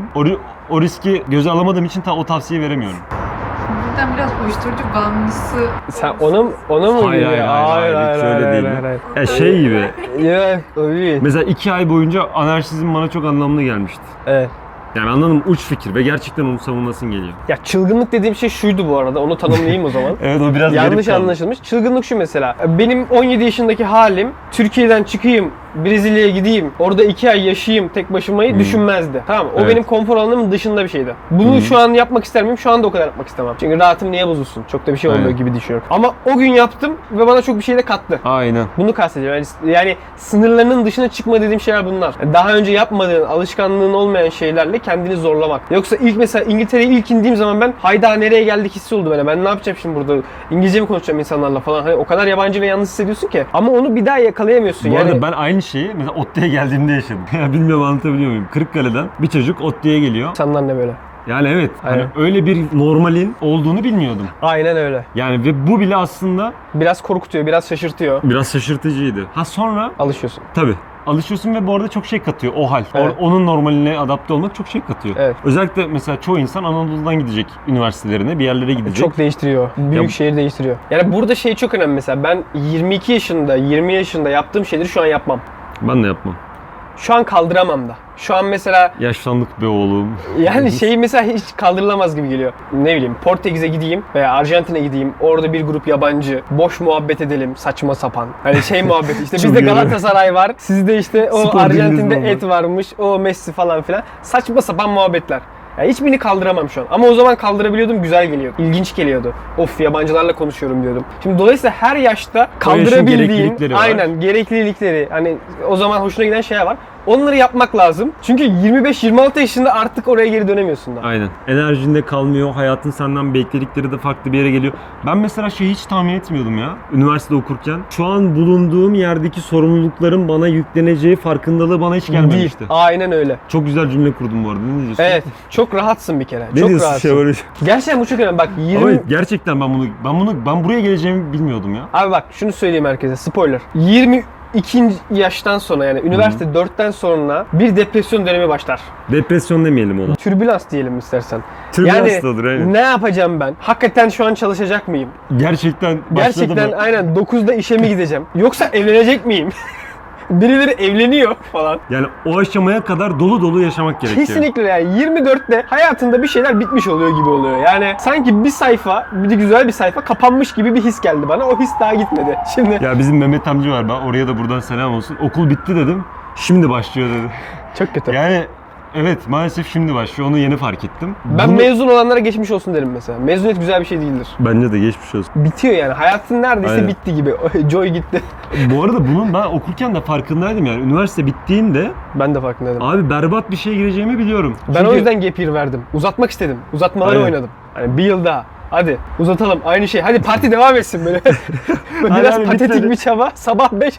[SPEAKER 2] O riski göze alamadığım için o tavsiyeyi veremiyorum.
[SPEAKER 3] Buradan biraz uyuşturucu bağımlısı
[SPEAKER 1] Sen ona mı
[SPEAKER 2] Hayır,
[SPEAKER 1] geliyor?
[SPEAKER 2] hiç öyle değil. Ya şey gibi.
[SPEAKER 1] Ya öyle.
[SPEAKER 2] Mesela 2 ay boyunca anarşizm bana çok anlamlı gelmişti.
[SPEAKER 1] Evet.
[SPEAKER 2] Yani anladım uç fikir ve gerçekten onu savunmasın geliyor.
[SPEAKER 1] Ya çılgınlık dediğim şey şuydu bu arada. Onu tanımlayayım o zaman.
[SPEAKER 2] Evet o biraz
[SPEAKER 1] Yanlış
[SPEAKER 2] garip kaldı.
[SPEAKER 1] anlaşılmış. Çılgınlık şu mesela. Benim 17 yaşındaki halim Türkiye'den çıkayım, Brezilya'ya gideyim, orada 2 ay yaşayayım tek başımayı düşünmezdi. Tamam mı? O
[SPEAKER 2] Evet.
[SPEAKER 1] benim konfor alanımın dışında bir şeydi. Bunu şu an yapmak ister miyim? Şu anda o kadar yapmak istemem. Çünkü rahatım niye bozulsun? Çok da bir şey olmuyor
[SPEAKER 2] Aynen.
[SPEAKER 1] gibi düşünüyorum. Ama o gün yaptım ve bana çok bir şey de kattı.
[SPEAKER 2] Aynen.
[SPEAKER 1] Bunu kastediyorum. Yani sınırlarının dışına çıkma dediğim şeyler bunlar. Yani daha önce yapmadığın, alışkanlığın olmayan şeylerle kendini zorlamak. Yoksa ilk mesela İngiltere'ye ilk indiğim zaman ben hayda nereye geldik hissi oldu böyle. Ben ne yapacağım şimdi burada? İngilizce mi konuşacağım insanlarla falan. Hani o kadar yabancı ve yalnız hissediyorsun ki. Ama onu bir daha yakalayamıyorsun.
[SPEAKER 2] Bu
[SPEAKER 1] yani
[SPEAKER 2] arada ben aynı şeyi mesela ODTÜ'ye geldiğimde yaşadım. Ya bilmiyorum anlatabiliyor muyum? Kırıkkale'den bir çocuk ODTÜ'ye geliyor.
[SPEAKER 1] insanlar ne böyle?
[SPEAKER 2] Yani evet hani
[SPEAKER 1] Aynen.
[SPEAKER 2] öyle bir normalin olduğunu bilmiyordum.
[SPEAKER 1] Aynen öyle.
[SPEAKER 2] Yani ve bu bile aslında
[SPEAKER 1] Biraz korkutuyor, biraz şaşırtıyor.
[SPEAKER 2] biraz şaşırtıcıydı. Ha sonra
[SPEAKER 1] Alışıyorsun.
[SPEAKER 2] tabii alışıyorsun ve bu arada çok şey katıyor o hal.
[SPEAKER 1] Evet.
[SPEAKER 2] Onun normaline adapte olmak çok şey katıyor.
[SPEAKER 1] Evet.
[SPEAKER 2] Özellikle mesela çoğu insan Anadolu'dan gidecek üniversitelerine, bir yerlere gidecek.
[SPEAKER 1] Çok değiştiriyor. Büyük
[SPEAKER 2] Ya-
[SPEAKER 1] şehir değiştiriyor. Yani burada şey çok önemli mesela. Ben 22 yaşında, 20 yaşında yaptığım şeyleri şu an yapmam.
[SPEAKER 2] Ben de yapmam.
[SPEAKER 1] Şu an kaldıramam da. Şu an mesela
[SPEAKER 2] Yaşlandık be oğlum.
[SPEAKER 1] yani şey mesela hiç kaldırılamaz gibi geliyor. Ne bileyim Portekiz'e gideyim veya Arjantin'e gideyim. Orada bir grup yabancı. Boş muhabbet edelim. Saçma sapan. Hani şey muhabbeti. İşte
[SPEAKER 2] Çok
[SPEAKER 1] bizde
[SPEAKER 2] iyi.
[SPEAKER 1] Galatasaray var. Sizde işte o
[SPEAKER 2] Spor
[SPEAKER 1] Arjantin'de
[SPEAKER 2] biliniz
[SPEAKER 1] et varmış. O Messi falan filan. Saçma sapan muhabbetler. Ya hiçbirini kaldıramam şu an. Ama o zaman kaldırabiliyordum, güzel geliyordu. İlginç geliyordu. Of yabancılarla konuşuyorum diyordum. Şimdi dolayısıyla her yaşta kaldırabildiğin
[SPEAKER 2] gereklilikleri var.
[SPEAKER 1] aynen gereklilikleri hani o zaman hoşuna giden şeyler var. Onları yapmak lazım. Çünkü 25-26 yaşında artık oraya geri dönemiyorsun da.
[SPEAKER 2] Aynen. Enerjinde kalmıyor. Hayatın senden bekledikleri de farklı bir yere geliyor. Ben mesela şeyi hiç tahmin etmiyordum ya. Üniversite okurken. Şu an bulunduğum yerdeki sorumlulukların bana yükleneceği farkındalığı bana hiç gelmemişti.
[SPEAKER 1] Değil. Aynen öyle.
[SPEAKER 2] Çok güzel cümle kurdum bu arada. Ne diyorsun?
[SPEAKER 1] Evet. Çok rahatsın bir kere.
[SPEAKER 2] Ne
[SPEAKER 1] çok
[SPEAKER 2] diyorsun
[SPEAKER 1] rahatsın.
[SPEAKER 2] şey böyle?
[SPEAKER 1] Gerçekten bu çok önemli. Bak 20...
[SPEAKER 2] Ama gerçekten ben buraya geleceğimi bilmiyordum ya.
[SPEAKER 1] Abi bak şunu söyleyeyim herkese. Spoiler. 22. yaştan sonra yani üniversite 4'ten sonra bir depresyon dönemi başlar.
[SPEAKER 2] Depresyon demeyelim ona.
[SPEAKER 1] Türbülans diyelim istersen.
[SPEAKER 2] Türbülans da olur, aynen.
[SPEAKER 1] ne yapacağım ben? Hakikaten şu an çalışacak mıyım?
[SPEAKER 2] Gerçekten başladı
[SPEAKER 1] Gerçekten
[SPEAKER 2] mı?
[SPEAKER 1] aynen 9'da işe mi gideceğim? Yoksa evlenecek miyim? Birileri evleniyor falan.
[SPEAKER 2] Yani o aşamaya kadar dolu dolu yaşamak gerekiyor.
[SPEAKER 1] Kesinlikle yani 24'te hayatında bir şeyler bitmiş oluyor gibi oluyor. Yani sanki bir sayfa, bir de güzel bir sayfa kapanmış gibi bir his geldi bana. O his daha gitmedi. Şimdi
[SPEAKER 2] Ya bizim Mehmet amca var. Ben oraya da buradan selam olsun. Okul bitti dedim. Şimdi başlıyor dedi.
[SPEAKER 1] çok kötü.
[SPEAKER 2] Yani evet maalesef şimdi başlıyor. Onu yeni fark ettim.
[SPEAKER 1] Ben
[SPEAKER 2] Bunu-
[SPEAKER 1] mezun olanlara geçmiş olsun derim mesela. Mezuniyet güzel bir şey değildir.
[SPEAKER 2] Bence de geçmiş olsun.
[SPEAKER 1] Bitiyor yani. Hayatın neredeyse
[SPEAKER 2] Aynen.
[SPEAKER 1] bitti gibi. Joy gitti.
[SPEAKER 2] Bu arada bunun ben okurken de farkındaydım yani. Üniversite bittiğinde
[SPEAKER 1] Ben de farkındaydım.
[SPEAKER 2] abi berbat bir şeye gireceğimi biliyorum.
[SPEAKER 1] Ben
[SPEAKER 2] Çünkü
[SPEAKER 1] o yüzden gap year verdim. Uzatmak istedim. Uzatmaları
[SPEAKER 2] Aynen.
[SPEAKER 1] oynadım. Hani bir yıl daha. Hadi uzatalım aynı şey. Hadi parti devam etsin böyle. Böyle biraz
[SPEAKER 2] Aynen,
[SPEAKER 1] patetik
[SPEAKER 2] bitmedi.
[SPEAKER 1] bir çaba. Sabah 5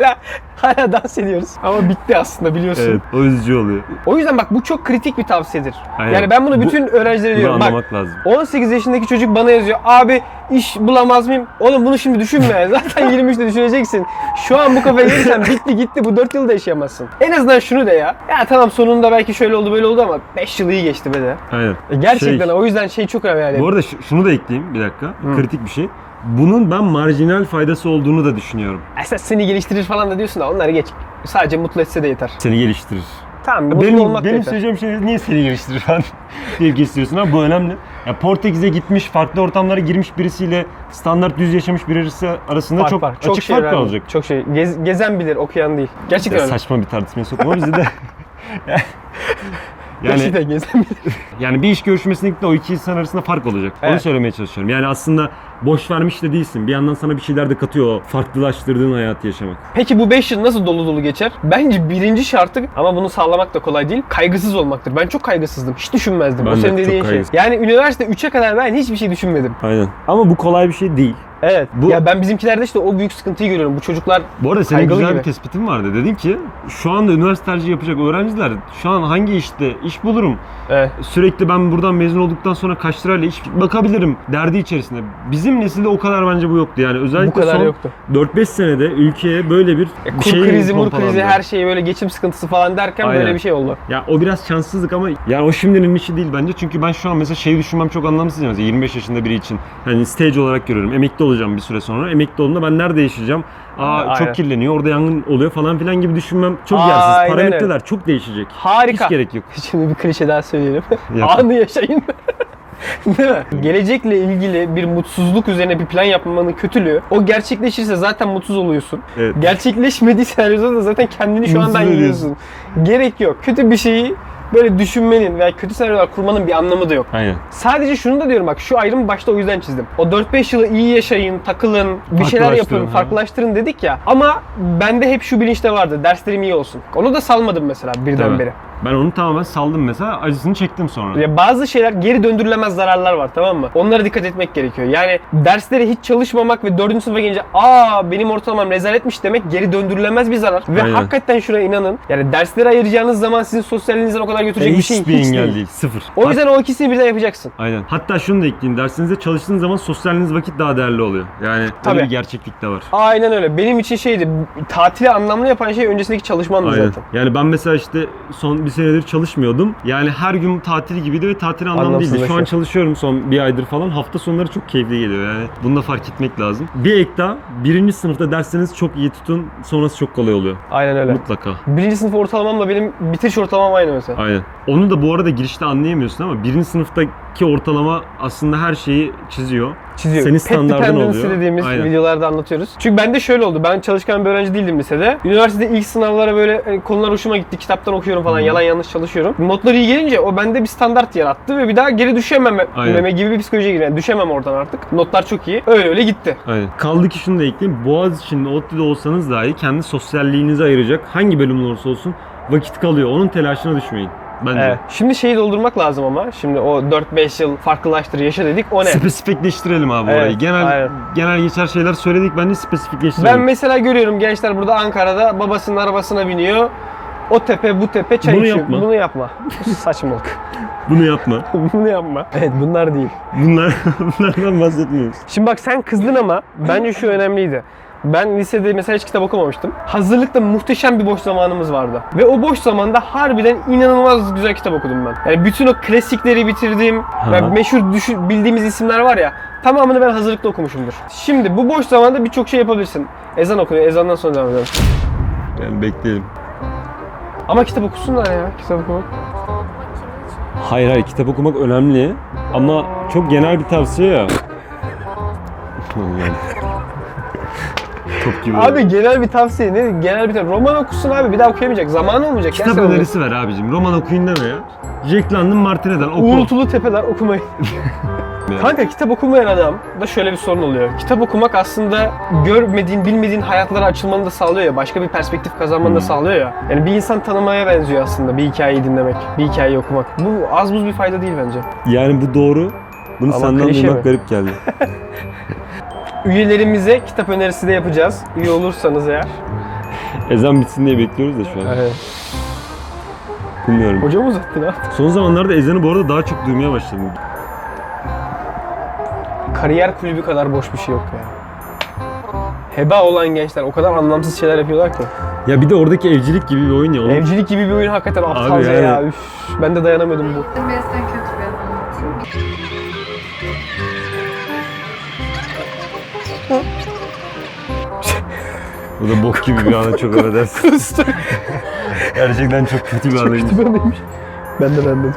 [SPEAKER 1] hala dans ediyoruz. Ama bitti aslında biliyorsun.
[SPEAKER 2] Evet o üzücü oluyor.
[SPEAKER 1] O yüzden bak bu çok kritik bir tavsiyedir.
[SPEAKER 2] Aynen.
[SPEAKER 1] Yani ben bunu bütün öğrencilere
[SPEAKER 2] Bunu
[SPEAKER 1] diyorum. Bak
[SPEAKER 2] anlamak lazım.
[SPEAKER 1] 18 yaşındaki çocuk bana yazıyor. Abi iş bulamaz mıyım? Oğlum bunu şimdi düşünme. Zaten 23'te düşüneceksin. Şu an bu kafaya gelirsen bitti gitti. Bu 4 yılda yaşayamazsın. En azından şunu de ya. Ya tamam sonunda belki şöyle oldu böyle oldu ama 5 yıl iyi geçti be de.
[SPEAKER 2] Aynen.
[SPEAKER 1] Gerçekten
[SPEAKER 2] Şey-
[SPEAKER 1] o yüzden şey çok önemli yani.
[SPEAKER 2] Bu arada şunu da ekleyeyim bir dakika. Kritik bir şey. bunun ben marjinal faydası olduğunu da düşünüyorum.
[SPEAKER 1] Esas seni geliştirir falan da diyorsun da onları geç. Sadece mutlu etse de yeter.
[SPEAKER 2] Seni geliştirir.
[SPEAKER 1] Tamam, mutlu olmak da
[SPEAKER 2] Benim
[SPEAKER 1] yeter.
[SPEAKER 2] söyleyeceğim şey niye seni geliştirir falan diye istiyorsun ama bu önemli. Ya Portekiz'e gitmiş, farklı ortamlara girmiş birisiyle standart düz yaşamış birisi arasında çok açık
[SPEAKER 1] şey
[SPEAKER 2] fark
[SPEAKER 1] önemli.
[SPEAKER 2] olacak.
[SPEAKER 1] Çok şey. Gezen bilir, okuyan değil. Gerçekten
[SPEAKER 2] Ya
[SPEAKER 1] öyle.
[SPEAKER 2] saçma bir tartışmaya sokma bizi de. Yani
[SPEAKER 1] Gerçekten gezen bilir.
[SPEAKER 2] yani bir iş görüşmesine gittiğinde o iki insan arasında fark olacak. Onu
[SPEAKER 1] Evet.
[SPEAKER 2] söylemeye çalışıyorum. Yani aslında boş vermiş de değilsin. Bir yandan sana bir şeyler de katıyor o farklılaştırdığın hayatı yaşamak.
[SPEAKER 1] Peki bu 5 yıl nasıl dolu dolu geçer? Bence birinci şartı, ama bunu sağlamak da kolay değil, kaygısız olmaktır. Ben çok kaygısızdım. Hiç düşünmezdim.
[SPEAKER 2] Ben
[SPEAKER 1] O
[SPEAKER 2] de
[SPEAKER 1] senin
[SPEAKER 2] çok
[SPEAKER 1] dediğin şey.
[SPEAKER 2] kaygısızım.
[SPEAKER 1] Yani üniversite 3'e kadar ben hiçbir şey düşünmedim.
[SPEAKER 2] Aynen. Ama bu kolay bir şey değil.
[SPEAKER 1] Evet.
[SPEAKER 2] Bu-
[SPEAKER 1] Ya ben bizimkilerde işte o büyük sıkıntıyı görüyorum. Bu çocuklar
[SPEAKER 2] Bu arada senin
[SPEAKER 1] kaygılı
[SPEAKER 2] güzel
[SPEAKER 1] gibi.
[SPEAKER 2] bir tespitin vardı. Dedin ki şu anda üniversite tercihi yapacak öğrenciler şu an hangi işte iş bulurum?
[SPEAKER 1] Evet.
[SPEAKER 2] Sürekli ben buradan mezun olduktan sonra kaç lirayla iş bakabilirim derdi içerisinde. Bizim nesilde o kadar bence bu yoktu. Yani özellikle
[SPEAKER 1] Bu kadar
[SPEAKER 2] son
[SPEAKER 1] yoktu.
[SPEAKER 2] 4-5 senede ülkeye böyle bir
[SPEAKER 1] Kur
[SPEAKER 2] şey
[SPEAKER 1] krizi, mur
[SPEAKER 2] pompalandı.
[SPEAKER 1] krizi, her şey böyle geçim sıkıntısı falan derken
[SPEAKER 2] Aynen.
[SPEAKER 1] böyle bir şey oldu.
[SPEAKER 2] Ya o biraz şanssızlık ama yani o şimdinin işi değil bence. Çünkü ben şu an mesela şeyi düşünmem çok anlamsız. Yani 25 yaşında biri için. Hani stage olarak görüyorum. Emekli olacağım bir süre sonra. Emekli olduğumda ben nerede yaşayacağım?
[SPEAKER 1] Aynen.
[SPEAKER 2] Çok kirleniyor. Orada yangın oluyor falan filan gibi düşünmem çok
[SPEAKER 1] Aynen
[SPEAKER 2] yersiz.
[SPEAKER 1] öyle.
[SPEAKER 2] Parametreler çok değişecek.
[SPEAKER 1] Harika.
[SPEAKER 2] Hiç gerek yok.
[SPEAKER 1] Şimdi bir klişe daha söyleyelim.
[SPEAKER 2] Yap.
[SPEAKER 1] Anı yaşayın. Değil mi? Gelecekle ilgili bir mutsuzluk üzerine bir plan yapmanın kötülüğü, o gerçekleşirse zaten mutsuz oluyorsun.
[SPEAKER 2] Evet.
[SPEAKER 1] Gerçekleşmediği senaryoda da zaten kendini şu
[SPEAKER 2] Mutsuz
[SPEAKER 1] andan
[SPEAKER 2] oluyorsun.
[SPEAKER 1] yiyorsun. Gerek yok. Kötü bir şeyi böyle düşünmenin veya kötü senaryolar kurmanın bir anlamı da yok.
[SPEAKER 2] Aynen.
[SPEAKER 1] Sadece şunu da diyorum, bak şu ayrımı başta o yüzden çizdim. O 4-5 yılı iyi yaşayın, takılın, bir şeyler yapın,
[SPEAKER 2] Farklılaştırın, ha.
[SPEAKER 1] farklılaştırın dedik ya. Ama bende hep şu bilinçte vardı. Derslerim iyi olsun. Onu da salmadım mesela birden
[SPEAKER 2] Tabii.
[SPEAKER 1] beri.
[SPEAKER 2] Ben onu tamamen saldım mesela. Acısını çektim sonra.
[SPEAKER 1] Ya bazı şeyler geri döndürülemez zararlar var, tamam mı? Onlara dikkat etmek gerekiyor. Yani derslere hiç çalışmamak ve 4. sınıfa gelince benim ortalamam rezaletmiş demek geri döndürülemez bir zarar. Ve
[SPEAKER 2] Aynen.
[SPEAKER 1] hakikaten şuna inanın. Yani derslere ayıracağınız zaman sizin sosyalliğinizden o kadar götürecek bir şey
[SPEAKER 2] Hiçbir
[SPEAKER 1] hiç
[SPEAKER 2] engel
[SPEAKER 1] değil.
[SPEAKER 2] değil. Sıfır.
[SPEAKER 1] O yüzden o ikisini birden yapacaksın.
[SPEAKER 2] Aynen. Hatta şunu da ekleyeyim. Dersinizde çalıştığınız zaman sosyaliniz vakit daha değerli oluyor. Yani
[SPEAKER 1] Tabii.
[SPEAKER 2] öyle bir gerçeklik de var.
[SPEAKER 1] Aynen öyle. Benim için şeydi, tatili anlamlı yapan şey öncesindeki çalışmandı
[SPEAKER 2] Aynen.
[SPEAKER 1] zaten.
[SPEAKER 2] Yani ben mesela işte son bir senedir çalışmıyordum. Yani her gün tatil gibiydi ve tatil anlamlı değildi. Şu an
[SPEAKER 1] Anlamsızlaşıyor.
[SPEAKER 2] çalışıyorum son bir aydır falan. Hafta sonları çok keyifli geliyor yani. Bunu da fark etmek lazım. Bir ek daha. 1. sınıfta derslerinizi çok iyi tutun. Sonrası çok kolay oluyor.
[SPEAKER 1] Aynen öyle.
[SPEAKER 2] Mutlaka.
[SPEAKER 1] 1. sınıf ortalamamla benim bitiriş ortalamam aynı mesela.
[SPEAKER 2] Aynen. Onu da bu arada girişte anlayamıyorsun ama 1. sınıftaki ortalama aslında her şeyi çiziyor.
[SPEAKER 1] Çiziyor.
[SPEAKER 2] Senin
[SPEAKER 1] Pet
[SPEAKER 2] standardın
[SPEAKER 1] dependency
[SPEAKER 2] oluyor.
[SPEAKER 1] dediğimiz
[SPEAKER 2] Aynen.
[SPEAKER 1] videolarda anlatıyoruz. Çünkü bende şöyle oldu. Ben çalışkan bir öğrenci değildim lisede. Üniversitede ilk sınavlara böyle konular hoşuma gitti. Kitaptan okuyorum falan. Yalan yanlış çalışıyorum. Notlar iyi gelince o bende bir standart yarattı ve bir daha geri düşememe
[SPEAKER 2] Aynen.
[SPEAKER 1] gibi bir psikolojiye girdim. Yani düşemem oradan artık. Notlar çok iyi. Öyle öyle gitti.
[SPEAKER 2] Aynen. Kaldı ki şunu da ekleyeyim. Boğaziçi'nde, ODTÜ'de olsanız dahi kendi sosyalliğinizi ayıracak hangi bölüm olursa olsun vakit kalıyor. Onun telaşına düşmeyin. Bence.
[SPEAKER 1] Evet. Şimdi şeyi doldurmak lazım ama. Şimdi o 4-5 yıl farklılaştır, yaşa dedik. O ne?
[SPEAKER 2] Spesifikleştirelim abi
[SPEAKER 1] Evet,
[SPEAKER 2] orayı.
[SPEAKER 1] aynen.
[SPEAKER 2] Genel geçer şeyler söyledik. Bence spesifikleştirelim.
[SPEAKER 1] Ben mesela görüyorum gençler burada Ankara'da babasının arabasına biniyor. O tepe bu tepe çay
[SPEAKER 2] Bunu
[SPEAKER 1] içiyor.
[SPEAKER 2] yapma.
[SPEAKER 1] Bunu yapma. Bu saçmalık.
[SPEAKER 2] Bunu yapma.
[SPEAKER 1] Bunu yapma. Evet, bunlar değil.
[SPEAKER 2] Bunlardan bahsetmiyoruz.
[SPEAKER 1] Şimdi bak sen kızdın ama bence şu önemliydi. Ben lisede mesela hiç kitap okumamıştım. Hazırlıkta muhteşem bir boş zamanımız vardı. Ve o boş zamanda harbiden inanılmaz güzel kitap okudum ben. Yani bütün o klasikleri bitirdim. Ve meşhur bildiğimiz isimler var ya. Tamamını ben hazırlıkta okumuşumdur. Şimdi bu boş zamanda birçok şey yapabilirsin. Ezan okunuyor. Ezandan sonra devam edelim.
[SPEAKER 2] Yani bekleyelim.
[SPEAKER 1] Ama kitap okusunlar ya. Kitap okumak.
[SPEAKER 2] Hayır kitap okumak önemli ama çok genel bir tavsiye ya. Top gibi.
[SPEAKER 1] Abi genel bir tavsiye ne? Genel bir tavsiye. Roman okusun abi. Bir daha okuyamayacak. Zamanı olmayacak.
[SPEAKER 2] Kitap
[SPEAKER 1] Gerçekten
[SPEAKER 2] önerisi ver abicim. Roman okuyun deme ya. Jack London Martin'den oku.
[SPEAKER 1] Uğultulu tepeler okumayın. Kanka kitap okumayan adam da şöyle bir sorun oluyor. Kitap okumak aslında görmediğin, bilmediğin hayatlara açılmanı da sağlıyor ya. Başka bir perspektif kazanmanı da sağlıyor ya. Yani bir insan tanımaya benziyor aslında bir hikayeyi dinlemek, bir hikayeyi okumak. Bu az buz bir fayda değil bence.
[SPEAKER 2] Yani bu doğru. Bunu
[SPEAKER 1] Ama
[SPEAKER 2] senden
[SPEAKER 1] klişe
[SPEAKER 2] duymak
[SPEAKER 1] mi?
[SPEAKER 2] garip geldi.
[SPEAKER 1] Üyelerimize kitap önerisi de yapacağız. Üye olursanız eğer.
[SPEAKER 2] Ezan bitsin diye bekliyoruz da şu an.
[SPEAKER 1] Evet.
[SPEAKER 2] Bilmiyorum.
[SPEAKER 1] Hocam uzattı lan.
[SPEAKER 2] Son zamanlarda ezanı bu arada daha çok duymaya başladım.
[SPEAKER 1] Kariyer kulübü kadar boş bir şey yok ya. Heba olan gençler o kadar anlamsız şeyler yapıyorlar ki.
[SPEAKER 2] Ya bir de oradaki evcilik gibi bir oyun ya. Onun...
[SPEAKER 1] Evcilik gibi bir oyun hakikaten aptalca
[SPEAKER 2] yani-
[SPEAKER 1] ya. Üf, ben de dayanamıyordum bu.
[SPEAKER 3] Mesela kötü bir adam.
[SPEAKER 2] Bu da bok gibi bir ana, çok affedersin. Gerçekten çok kötü bir anıymış.
[SPEAKER 1] Ben de beğenmedim.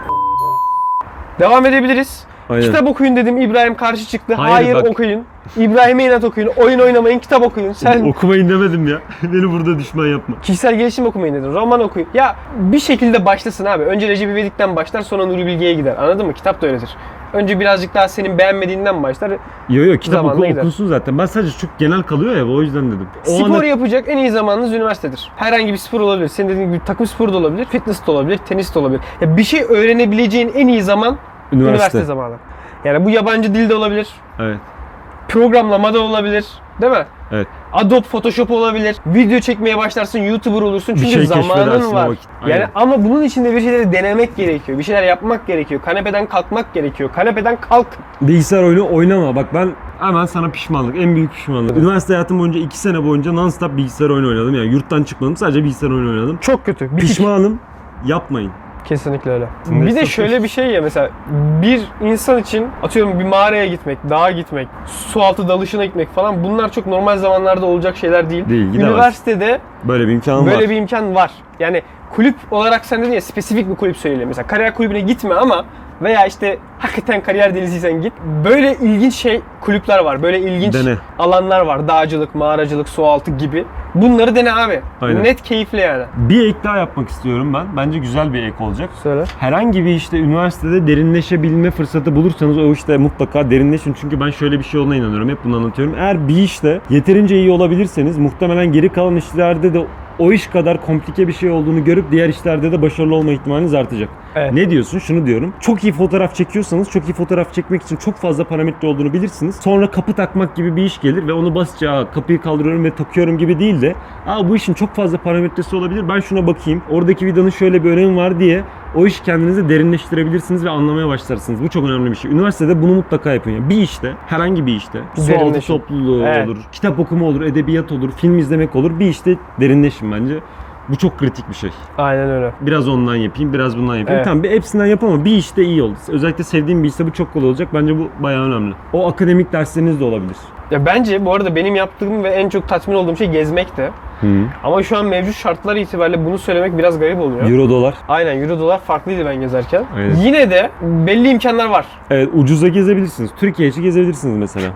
[SPEAKER 1] Devam edebiliriz.
[SPEAKER 2] Aynen.
[SPEAKER 1] Kitap okuyun dedim, İbrahim karşı çıktı.
[SPEAKER 2] Hayır,
[SPEAKER 1] Hayır
[SPEAKER 2] bak.
[SPEAKER 1] okuyun. İbrahim'e inat okuyun. Oyun oynamayın, kitap okuyun. Sen
[SPEAKER 2] Okumayın demedim ya. Beni burada düşman yapma.
[SPEAKER 1] kişisel gelişim okumayın dedin. Roman okuyun. Ya bir şekilde başlasın abi. Önce Recep İvedik'ten başlar, sonra Nuri Bilge'ye gider. Anladın mı? Kitap da öyledir. Önce birazcık daha senin beğenmediğinden başlar.
[SPEAKER 2] Yo kitap
[SPEAKER 1] Zamanla gider.
[SPEAKER 2] okunsun zaten. Ben sadece çok genel kalıyor ya, o yüzden dedim. O
[SPEAKER 1] Spor
[SPEAKER 2] ana-
[SPEAKER 1] yapacak en iyi zamanınız üniversitedir. Herhangi bir spor olabilir. Senin dediğin gibi takım sporu da olabilir, fitness de olabilir, tenis de olabilir. Ya bir şey öğrenebileceğin en iyi zaman üniversite zamanı. Yani bu yabancı dil de olabilir,
[SPEAKER 2] Evet.
[SPEAKER 1] programlama da olabilir, değil mi?
[SPEAKER 2] Evet.
[SPEAKER 1] Adobe Photoshop olabilir. Video çekmeye başlarsın, YouTuber olursun
[SPEAKER 2] Bir
[SPEAKER 1] çünkü
[SPEAKER 2] şey
[SPEAKER 1] zamanın
[SPEAKER 2] keşfedersin o
[SPEAKER 1] var.
[SPEAKER 2] vakit.
[SPEAKER 1] Yani
[SPEAKER 2] Aynen.
[SPEAKER 1] ama bunun için de bir şeyleri denemek gerekiyor. Bir şeyler yapmak gerekiyor. Kanepeden kalkmak gerekiyor. Kanepeden kalk.
[SPEAKER 2] Bilgisayar oyunu oynama. Bak ben hemen sana pişmanlık, en büyük pişmanlık. Üniversite hayatım boyunca 2 sene boyunca non-stop bilgisayar oyunu oynadım. Yani yurttan çıkmadım, sadece bilgisayar oyunu oynadım.
[SPEAKER 1] Çok kötü. Bitik.
[SPEAKER 2] Pişmanım. Yapmayın.
[SPEAKER 1] Kesinlikle öyle.
[SPEAKER 2] Şimdi
[SPEAKER 1] Bir de
[SPEAKER 2] çok-
[SPEAKER 1] şöyle bir şey ya, mesela bir insan için atıyorum bir mağaraya gitmek, dağa gitmek, su altı dalışına gitmek falan, bunlar çok normal zamanlarda olacak şeyler değil.
[SPEAKER 2] Değil, gidemez.
[SPEAKER 1] Üniversitede
[SPEAKER 2] Böyle bir imkanım
[SPEAKER 1] böyle
[SPEAKER 2] var.
[SPEAKER 1] bir imkan var. Yani kulüp olarak sen dedin ya, spesifik bir kulüp söyleyelim. Mesela kariyer kulübüne gitme ama veya işte hakikaten kariyer delisiysen git. Böyle ilginç kulüpler var. Böyle ilginç
[SPEAKER 2] Dene.
[SPEAKER 1] alanlar var. Dağcılık, mağaracılık, sualtı gibi. Bunları dene abi.
[SPEAKER 2] Aynen.
[SPEAKER 1] Net keyifli yani.
[SPEAKER 2] Bir ek daha yapmak istiyorum ben. Bence güzel bir ek olacak.
[SPEAKER 1] Söyle.
[SPEAKER 2] Herhangi bir işte üniversitede derinleşebilme fırsatı bulursanız o işte mutlaka derinleşin. Çünkü ben şöyle bir şey olduğuna inanıyorum. Hep bunu anlatıyorum. Eğer bir işte yeterince iyi olabilirseniz muhtemelen geri kalan işlerde de o iş kadar komplike bir şey olduğunu görüp diğer işlerde de başarılı olma ihtimaliniz artacak.
[SPEAKER 1] Evet.
[SPEAKER 2] Ne diyorsun? Şunu diyorum. Çok iyi fotoğraf çekiyorsanız çok iyi fotoğraf çekmek için çok fazla parametre olduğunu bilirsiniz. Sonra kapı takmak gibi bir iş gelir ve onu basitçe kapıyı kaldırıyorum ve takıyorum gibi değil de bu işin çok fazla parametresi olabilir. Ben şuna bakayım. Oradaki vidanın şöyle bir önemi var diye o işi kendinize derinleştirebilirsiniz ve anlamaya başlarsınız. Bu çok önemli bir şey. Üniversitede bunu mutlaka yapın. Yani bir işte, herhangi bir işte, sualtı
[SPEAKER 1] Derinleşin.
[SPEAKER 2] topluluğu
[SPEAKER 1] Evet.
[SPEAKER 2] olur, kitap okuma olur, edebiyat olur, film izlemek olur. Bir işte derinleşin bence. Bu çok kritik bir şey.
[SPEAKER 1] Aynen öyle.
[SPEAKER 2] Biraz ondan yapayım, biraz bundan yapayım.
[SPEAKER 1] Evet.
[SPEAKER 2] Tamam, bir hepsinden yap ama bir işte iyi ol. Özellikle sevdiğim bir işte bu çok kolay olacak. Bence bu bayağı önemli. O akademik dersleriniz de olabilir.
[SPEAKER 1] Ya bence bu arada benim yaptığım ve en çok tatmin olduğum şey gezmek de. Ama şu an mevcut şartlar itibariyle bunu söylemek biraz garip oluyor.
[SPEAKER 2] Euro dolar.
[SPEAKER 1] Aynen, euro dolar farklıydı ben gezerken.
[SPEAKER 2] Aynen.
[SPEAKER 1] Yine de belli imkanlar var.
[SPEAKER 2] Evet, ucuza gezebilirsiniz. Türkiye içi gezebilirsiniz mesela.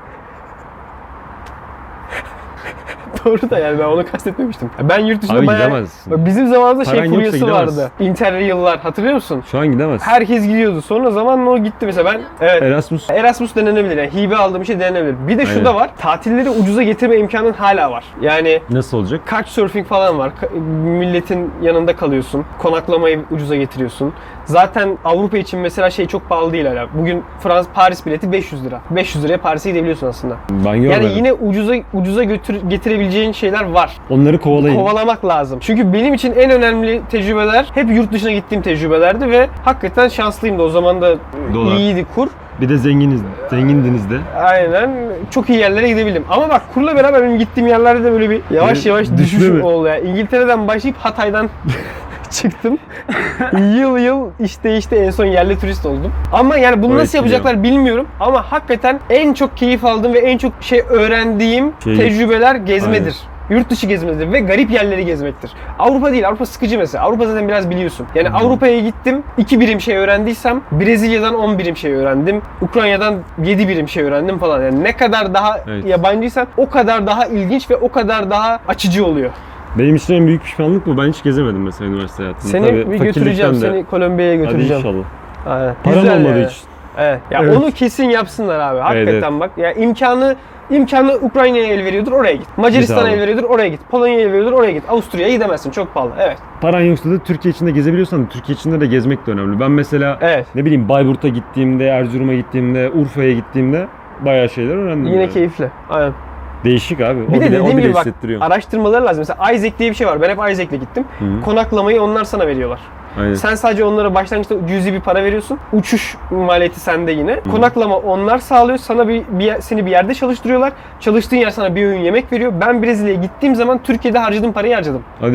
[SPEAKER 1] Doğru da, yani ben onu kastetmemiştim. Ben yurt dışında
[SPEAKER 2] Abi
[SPEAKER 1] bayağı...
[SPEAKER 2] gidemezsin.
[SPEAKER 1] Bak bizim zamanımızda
[SPEAKER 2] Paran yoksa
[SPEAKER 1] furyası
[SPEAKER 2] gidemezsin.
[SPEAKER 1] vardı. Interrail'lar, hatırlıyor musun?
[SPEAKER 2] Şu an gidemez.
[SPEAKER 1] Herkes gidiyordu. Sonra zamanla o gitti mesela. Ben evet.
[SPEAKER 2] Erasmus.
[SPEAKER 1] Erasmus denenebilir. Yani hibe aldığım şey denenebilir. Bir de şu
[SPEAKER 2] Aynen.
[SPEAKER 1] da var. Tatilleri ucuza getirme imkanın hala var. Yani
[SPEAKER 2] Nasıl olacak?
[SPEAKER 1] Couchsurfing falan var. Milletin yanında kalıyorsun. Konaklamayı ucuza getiriyorsun. Zaten Avrupa için mesela çok pahalı değil hala. Bugün Paris bileti 500 lira. 500 liraya Paris'e gidebiliyorsun aslında.
[SPEAKER 2] Ben görmedim.
[SPEAKER 1] Yani yine ucuza getirebileceğin şeyler var.
[SPEAKER 2] Onları kovalayın.
[SPEAKER 1] Kovalamak lazım. Çünkü benim için en önemli tecrübeler hep yurt dışına gittiğim tecrübelerdi ve hakikaten şanslıyım da, o zaman da
[SPEAKER 2] Dolar.
[SPEAKER 1] iyiydi kur.
[SPEAKER 2] Bir de zengindiniz de.
[SPEAKER 1] Aynen. Çok iyi yerlere gidebildim. Ama bak, kurla beraber benim gittiğim yerlerde de böyle bir yavaş
[SPEAKER 2] Bir
[SPEAKER 1] yavaş
[SPEAKER 2] düşme
[SPEAKER 1] düşüş
[SPEAKER 2] mi?
[SPEAKER 1] oldu ya. İngiltere'den başlayıp Hatay'dan çıktım. Yıl işte en son yerli turist oldum. Ama yani bunu
[SPEAKER 2] O
[SPEAKER 1] nasıl
[SPEAKER 2] etkiliyor.
[SPEAKER 1] yapacaklar bilmiyorum. Ama hakikaten en çok keyif aldığım ve en çok öğrendiğim tecrübeler gezmedir. Yurt dışı gezmedir ve garip yerleri gezmektir. Avrupa değil, Avrupa sıkıcı mesela. Avrupa zaten biraz biliyorsun. Yani Avrupa'ya gittim, 2 birim şey öğrendiysem Brezilya'dan 10 birim şey öğrendim. Ukrayna'dan 7 birim şey öğrendim falan. Yani ne kadar daha yabancıysan o kadar daha ilginç ve o kadar daha açıcı oluyor.
[SPEAKER 2] Benim için en büyük pişmanlık bu. Ben hiç gezemedim mesela üniversite hayatımda.
[SPEAKER 1] Seni
[SPEAKER 2] Tabii
[SPEAKER 1] bir
[SPEAKER 2] fakirlikten
[SPEAKER 1] götüreceğim,
[SPEAKER 2] de.
[SPEAKER 1] seni Kolombiya'ya
[SPEAKER 2] Hadi
[SPEAKER 1] götüreceğim.
[SPEAKER 2] inşallah.
[SPEAKER 1] Aynen.
[SPEAKER 2] Param
[SPEAKER 1] Güzel
[SPEAKER 2] olmadığı
[SPEAKER 1] yani.
[SPEAKER 2] için.
[SPEAKER 1] Evet. Ya
[SPEAKER 2] Evet.
[SPEAKER 1] onu kesin yapsınlar abi. Hakikaten bak. Ya imkanı Ukrayna'ya el veriyordur, oraya git. Macaristan'a
[SPEAKER 2] Git abi.
[SPEAKER 1] el veriyordur, oraya git. Polonya'ya el veriyordur, oraya git. Avusturya'ya gidemezsin, çok pahalı. Evet.
[SPEAKER 2] Paran yoksa da Türkiye içinde gezebiliyorsan da Türkiye içinde de gezmek de önemli. Ben mesela
[SPEAKER 1] Evet.
[SPEAKER 2] ne bileyim Bayburt'a gittiğimde, Erzurum'a gittiğimde, Urfa'ya gittiğimde bayağı şeyler öğrendim.
[SPEAKER 1] Yine
[SPEAKER 2] yani.
[SPEAKER 1] keyifli. Aynen.
[SPEAKER 2] Değişik abi.
[SPEAKER 1] Bir de
[SPEAKER 2] o
[SPEAKER 1] dediğim
[SPEAKER 2] bile
[SPEAKER 1] gibi bak,
[SPEAKER 2] hissettiriyor.
[SPEAKER 1] araştırmaları lazım. Mesela Isaac diye bir şey var. Ben hep Isaac'le gittim.
[SPEAKER 2] Hı.
[SPEAKER 1] Konaklamayı onlar sana veriyorlar.
[SPEAKER 2] Aynen.
[SPEAKER 1] Sen sadece onlara başlangıçta cüzi bir para veriyorsun. Uçuş maliyeti sende yine. Konaklama onlar sağlıyor. Sana seni bir yerde çalıştırıyorlar. Çalıştığın yer sana bir öğün yemek veriyor. Ben Brezilya'ya gittiğim zaman Türkiye'de harcadığım parayı harcadım.
[SPEAKER 2] Hadi ya.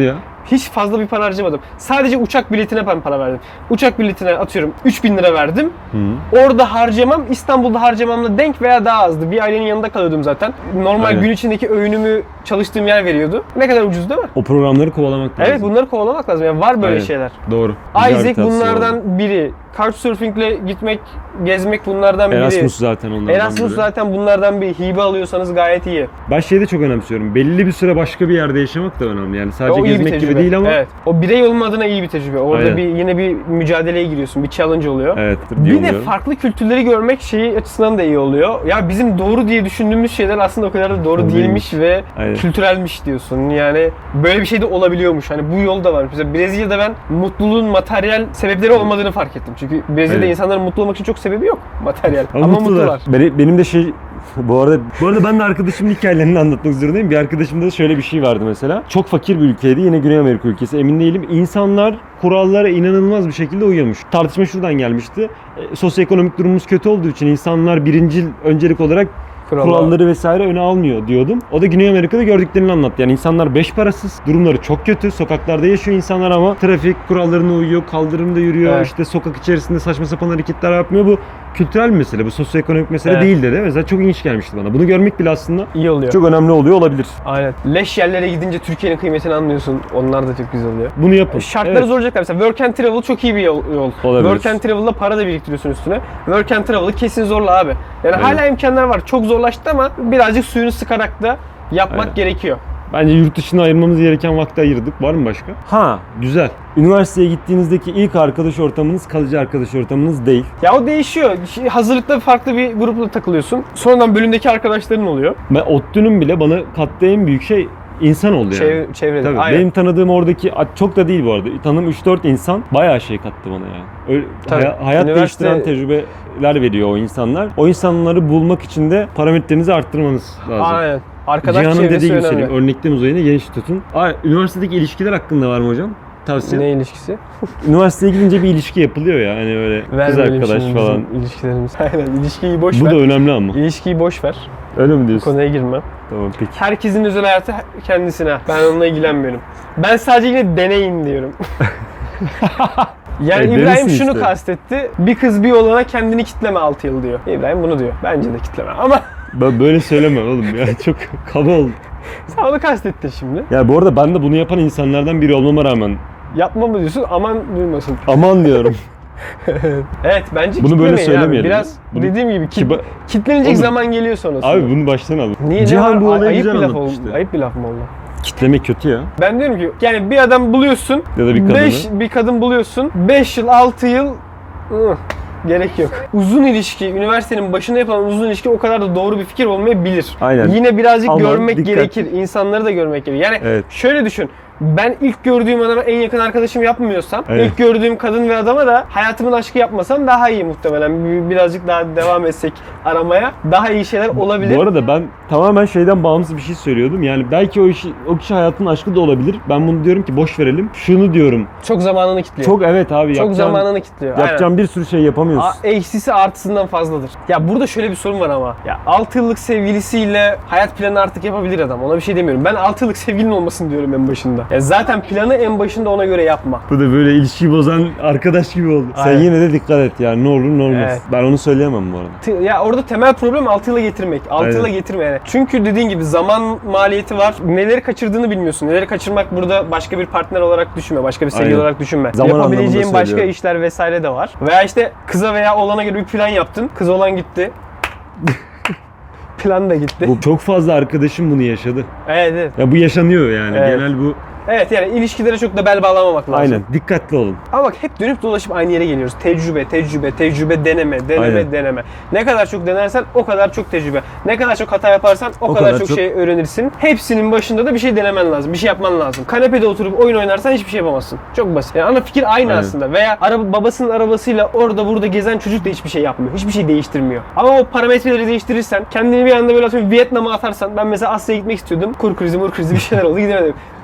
[SPEAKER 1] Hiç fazla bir para harcamadım. Sadece uçak biletine ben para verdim. Uçak biletine atıyorum 3.000 lira verdim. Orada harcamam İstanbul'da harcamamla denk veya daha azdı. Bir ailenin yanında kalıyordum zaten. Normal
[SPEAKER 2] Aynen.
[SPEAKER 1] gün içindeki öğünümü çalıştığım yer veriyordu. Ne kadar ucuz değil mi?
[SPEAKER 2] O programları kovalamak lazım.
[SPEAKER 1] Evet, bunları kovalamak lazım. Yani var böyle
[SPEAKER 2] Aynen.
[SPEAKER 1] şeyler.
[SPEAKER 2] Doğru. Güzel bir
[SPEAKER 1] Isaac
[SPEAKER 2] tavsiye
[SPEAKER 1] bunlardan
[SPEAKER 2] oldu.
[SPEAKER 1] biri. Couchsurfing'le gitmek, gezmek bunlardan biri.
[SPEAKER 2] Erasmus zaten onlardan
[SPEAKER 1] Erasmus
[SPEAKER 2] biri.
[SPEAKER 1] zaten bunlardan bir. Hibe alıyorsanız gayet iyi.
[SPEAKER 2] Ben şeyi de çok önemsiyorum. Belli bir süre başka bir yerde yaşamak da önemli. Yani sadece
[SPEAKER 1] O iyi bir
[SPEAKER 2] gezmek gibi
[SPEAKER 1] tecrübe.
[SPEAKER 2] değil ama.
[SPEAKER 1] Evet. O birey olma adına iyi bir tecrübe. Orada
[SPEAKER 2] Aynen.
[SPEAKER 1] yine bir mücadeleye giriyorsun. Bir challenge oluyor.
[SPEAKER 2] Evet.
[SPEAKER 1] Bir de farklı kültürleri görmek şeyi açısından da iyi oluyor. Ya bizim doğru diye düşündüğümüz şeyler aslında o kadar da doğru değilmiş ve
[SPEAKER 2] Aynen.
[SPEAKER 1] kültürelmiş diyorsun. Yani böyle bir şey de olabiliyormuş. Hani bu yol da var. Mesela Brezilya'da ben mutluluğun materyal sebepleri olmadığını fark ettim. Çünkü Brezilya'da
[SPEAKER 2] Evet.
[SPEAKER 1] insanların mutlu olmak için çok sebebi yok materyal. Ama
[SPEAKER 2] mutlular.
[SPEAKER 1] mutlular.
[SPEAKER 2] Benim de şey bu arada ben de arkadaşımın hikayelerini anlatmak zorundayım. Bir arkadaşımda da şöyle bir şey vardı mesela. Çok fakir bir ülkeydi. Yine Güney Amerika ülkesi, emin değilim. İnsanlar kurallara inanılmaz bir şekilde uyuyormuş. Tartışma şuradan gelmişti. Sosyoekonomik durumumuz kötü olduğu için insanlar öncelik olarak kuralları vesaire öne almıyor diyordum. O da Güney Amerika'da gördüklerini anlattı. Yani insanlar beş parasız, durumları çok kötü. Sokaklarda yaşıyor insanlar ama trafik kurallarına uyuyor, kaldırımda yürüyor,
[SPEAKER 1] Evet.
[SPEAKER 2] işte sokak içerisinde saçma sapan hareketler yapmıyor. Bu kültürel bir mesele, bu sosyoekonomik mesele
[SPEAKER 1] Evet.
[SPEAKER 2] değil dedi. Mesela çok ilginç gelmişti bana. Bunu görmek bile aslında
[SPEAKER 1] İyi oluyor.
[SPEAKER 2] çok önemli oluyor olabilir.
[SPEAKER 1] Aynen. Leş yerlere gidince Türkiye'nin kıymetini anlıyorsun. Onlar da çok güzel oluyor.
[SPEAKER 2] Bunu yapın.
[SPEAKER 1] Şartları
[SPEAKER 2] Evet.
[SPEAKER 1] zorlayacaklar. Mesela Work and Travel çok iyi bir yol.
[SPEAKER 2] Olabilir.
[SPEAKER 1] Work and Travel'la para da biriktiriyorsun üstüne. Work and Travel'ı kesin zorla abi. Yani
[SPEAKER 2] Aynen.
[SPEAKER 1] hala imkanlar var. Çok zorlaştı ama birazcık suyunu sıkarak da yapmak
[SPEAKER 2] Aynen.
[SPEAKER 1] gerekiyor.
[SPEAKER 2] Bence yurt dışına ayırmamız gereken vakti ayırdık. Var mı başka? Ha, güzel. Üniversiteye gittiğinizdeki ilk arkadaş ortamınız kalıcı arkadaş ortamınız değil.
[SPEAKER 1] Ya o değişiyor. Hazırlıkta farklı bir grupla takılıyorsun. Sonradan bölümdeki arkadaşların oluyor.
[SPEAKER 2] Ben ODTÜ'nün bile bana kattığı en büyük şey insan oldu yani.
[SPEAKER 1] Çevrede.
[SPEAKER 2] Tabii.
[SPEAKER 1] Aynen.
[SPEAKER 2] Benim tanıdığım oradaki çok da değil bu arada. Tanım 3-4 insan bayağı şey kattı bana yani. Öyle,
[SPEAKER 1] Tabii.
[SPEAKER 2] hayat
[SPEAKER 1] Üniversite-
[SPEAKER 2] değiştiren tecrübeler veriyor o insanlar. O insanları bulmak için de parametrenizi arttırmanız lazım.
[SPEAKER 1] Aynen. Arkadaş
[SPEAKER 2] Cihan'ın
[SPEAKER 1] çevresi
[SPEAKER 2] dediği gibi
[SPEAKER 1] önemli.
[SPEAKER 2] söyleyeyim. Örnekten uzayına geniş tutun. Üniversitedeki ilişkiler hakkında var mı hocam? Tavsiye.
[SPEAKER 1] Ne ilişkisi?
[SPEAKER 2] Üniversiteye gidince bir ilişki yapılıyor ya. Hani öyle kız
[SPEAKER 1] Vermeyelim
[SPEAKER 2] arkadaş
[SPEAKER 1] şimdi
[SPEAKER 2] falan.
[SPEAKER 1] bizim ilişkilerimiz. Aynen. İlişkiyi boş
[SPEAKER 2] Bu
[SPEAKER 1] ver.
[SPEAKER 2] da önemli ama.
[SPEAKER 1] İlişkiyi boş ver.
[SPEAKER 2] Öyle mi diyorsun?
[SPEAKER 1] Konuya girmem.
[SPEAKER 2] Tamam peki.
[SPEAKER 1] Herkesin özel hayatı kendisine. Ben onunla ilgilenmiyorum. Ben sadece yine deneyin diyorum. Yani İbrahim
[SPEAKER 2] derisin
[SPEAKER 1] şunu
[SPEAKER 2] işte.
[SPEAKER 1] kastetti. Bir kız bir oğlana kendini kitleme 6 yıl diyor. İbrahim bunu diyor. Bence de kitleme. Ama
[SPEAKER 2] Ben böyle söylemem oğlum ya. Çok kaba oldu.
[SPEAKER 1] sen onu kastettin şimdi.
[SPEAKER 2] Ya bu arada ben de bunu yapan insanlardan biri olmama rağmen
[SPEAKER 1] Yapma mı diyorsun? Aman duymasın.
[SPEAKER 2] aman diyorum.
[SPEAKER 1] Evet bence
[SPEAKER 2] Bunu böyle
[SPEAKER 1] kitlemeyin abi.
[SPEAKER 2] söylemeyelim.
[SPEAKER 1] Biraz
[SPEAKER 2] Bunu
[SPEAKER 1] dediğim gibi kitlenecek
[SPEAKER 2] Oğlum,
[SPEAKER 1] zaman geliyor sonrasında.
[SPEAKER 2] Abi bunu baştan al.
[SPEAKER 1] Niye?
[SPEAKER 2] Cihan bu olayı
[SPEAKER 1] ayıp
[SPEAKER 2] güzel
[SPEAKER 1] bir laf oldu.
[SPEAKER 2] anlatmıştı.
[SPEAKER 1] Ayıp bir laf mı oldu?
[SPEAKER 2] Kitlemek kötü ya.
[SPEAKER 1] Ben diyorum ki yani bir adam buluyorsun.
[SPEAKER 2] Ya da bir kadını.
[SPEAKER 1] Bir kadın buluyorsun. 5 yıl 6 yıl gerek yok. Uzun ilişki, üniversitenin başında yapılan uzun ilişki o kadar da doğru bir fikir olmayabilir.
[SPEAKER 2] Aynen.
[SPEAKER 1] Yine birazcık
[SPEAKER 2] Ama
[SPEAKER 1] görmek
[SPEAKER 2] dikkat.
[SPEAKER 1] gerekir. İnsanları da görmek gerekir. Yani
[SPEAKER 2] Evet.
[SPEAKER 1] şöyle düşün. Ben ilk gördüğüm adama en yakın arkadaşım yapmıyorsam,
[SPEAKER 2] Evet.
[SPEAKER 1] ilk gördüğüm kadın ve adama da hayatımın aşkı yapmasam daha iyi muhtemelen. Birazcık daha devam etsek aramaya daha iyi şeyler olabilir.
[SPEAKER 2] Bu arada ben tamamen şeyden bağımsız bir şey söylüyordum. Yani belki o kişi hayatının aşkı da olabilir. Ben bunu diyorum ki boş verelim. Şunu diyorum.
[SPEAKER 1] Çok zamanını kilitliyor.
[SPEAKER 2] Çok evet abi
[SPEAKER 1] Çok zamanını kilitliyor.
[SPEAKER 2] yapacağım bir sürü şey yapamıyorsun.
[SPEAKER 1] Eksisi artısından fazladır. Ya burada şöyle bir sorun var ama. Ya 6 yıllık sevgilisiyle hayat planı artık yapabilir adam. Ona bir şey demiyorum. Ben 6 yıllık sevgilin olmasın diyorum en başında. Ya zaten planı en başında ona göre yapma.
[SPEAKER 2] Bu da böyle ilişkiyi bozan arkadaş gibi oldu.
[SPEAKER 1] Aynen.
[SPEAKER 2] Sen yine de dikkat et yani ne olur ne olmaz.
[SPEAKER 1] Evet.
[SPEAKER 2] Ben onu söyleyemem bu arada.
[SPEAKER 1] Ya orada temel problem 6 yıla getirmek. 6
[SPEAKER 2] Aynen.
[SPEAKER 1] yıla getirme yani. Çünkü dediğin gibi zaman maliyeti var. Neleri kaçırdığını bilmiyorsun. Neleri kaçırmak burada başka bir partner olarak düşünme. Başka bir sevgili
[SPEAKER 2] Aynen.
[SPEAKER 1] olarak düşünme.
[SPEAKER 2] Zaman
[SPEAKER 1] Yapabileceğin
[SPEAKER 2] anlamında
[SPEAKER 1] başka
[SPEAKER 2] söylüyorum.
[SPEAKER 1] işler vesaire de var. Veya işte kıza veya oğlana göre bir plan yaptın. Kız olan gitti. Plan da gitti.
[SPEAKER 2] Bu çok fazla arkadaşım bunu yaşadı.
[SPEAKER 1] Evet, evet.
[SPEAKER 2] Ya bu yaşanıyor yani.
[SPEAKER 1] Evet.
[SPEAKER 2] Genel bu.
[SPEAKER 1] Evet yani ilişkilere çok da bel bağlamamak lazım.
[SPEAKER 2] Aynen. Dikkatli olun.
[SPEAKER 1] Ama bak hep dönüp dolaşıp aynı yere geliyoruz. Tecrübe, deneme,
[SPEAKER 2] Aynen.
[SPEAKER 1] deneme. Ne kadar çok denersen o kadar çok tecrübe. Ne kadar çok hata yaparsan o kadar çok şey öğrenirsin. Hepsinin başında da bir şey denemen lazım. Bir şey yapman lazım. Kanepede oturup oyun oynarsan hiçbir şey yapamazsın. Çok basit. Yani ana fikir aynı
[SPEAKER 2] Aynen.
[SPEAKER 1] aslında. Veya babasının arabasıyla orada burada gezen çocuk da hiçbir şey yapmıyor. Hiçbir şey değiştirmiyor. Ama o parametreleri değiştirirsen, kendini bir anda böyle atıyorum Vietnam'a atarsan, ben mesela Asya'ya gitmek istiyordum. Kur krizi bir şeyler oldu, gidemedim. Bir Asya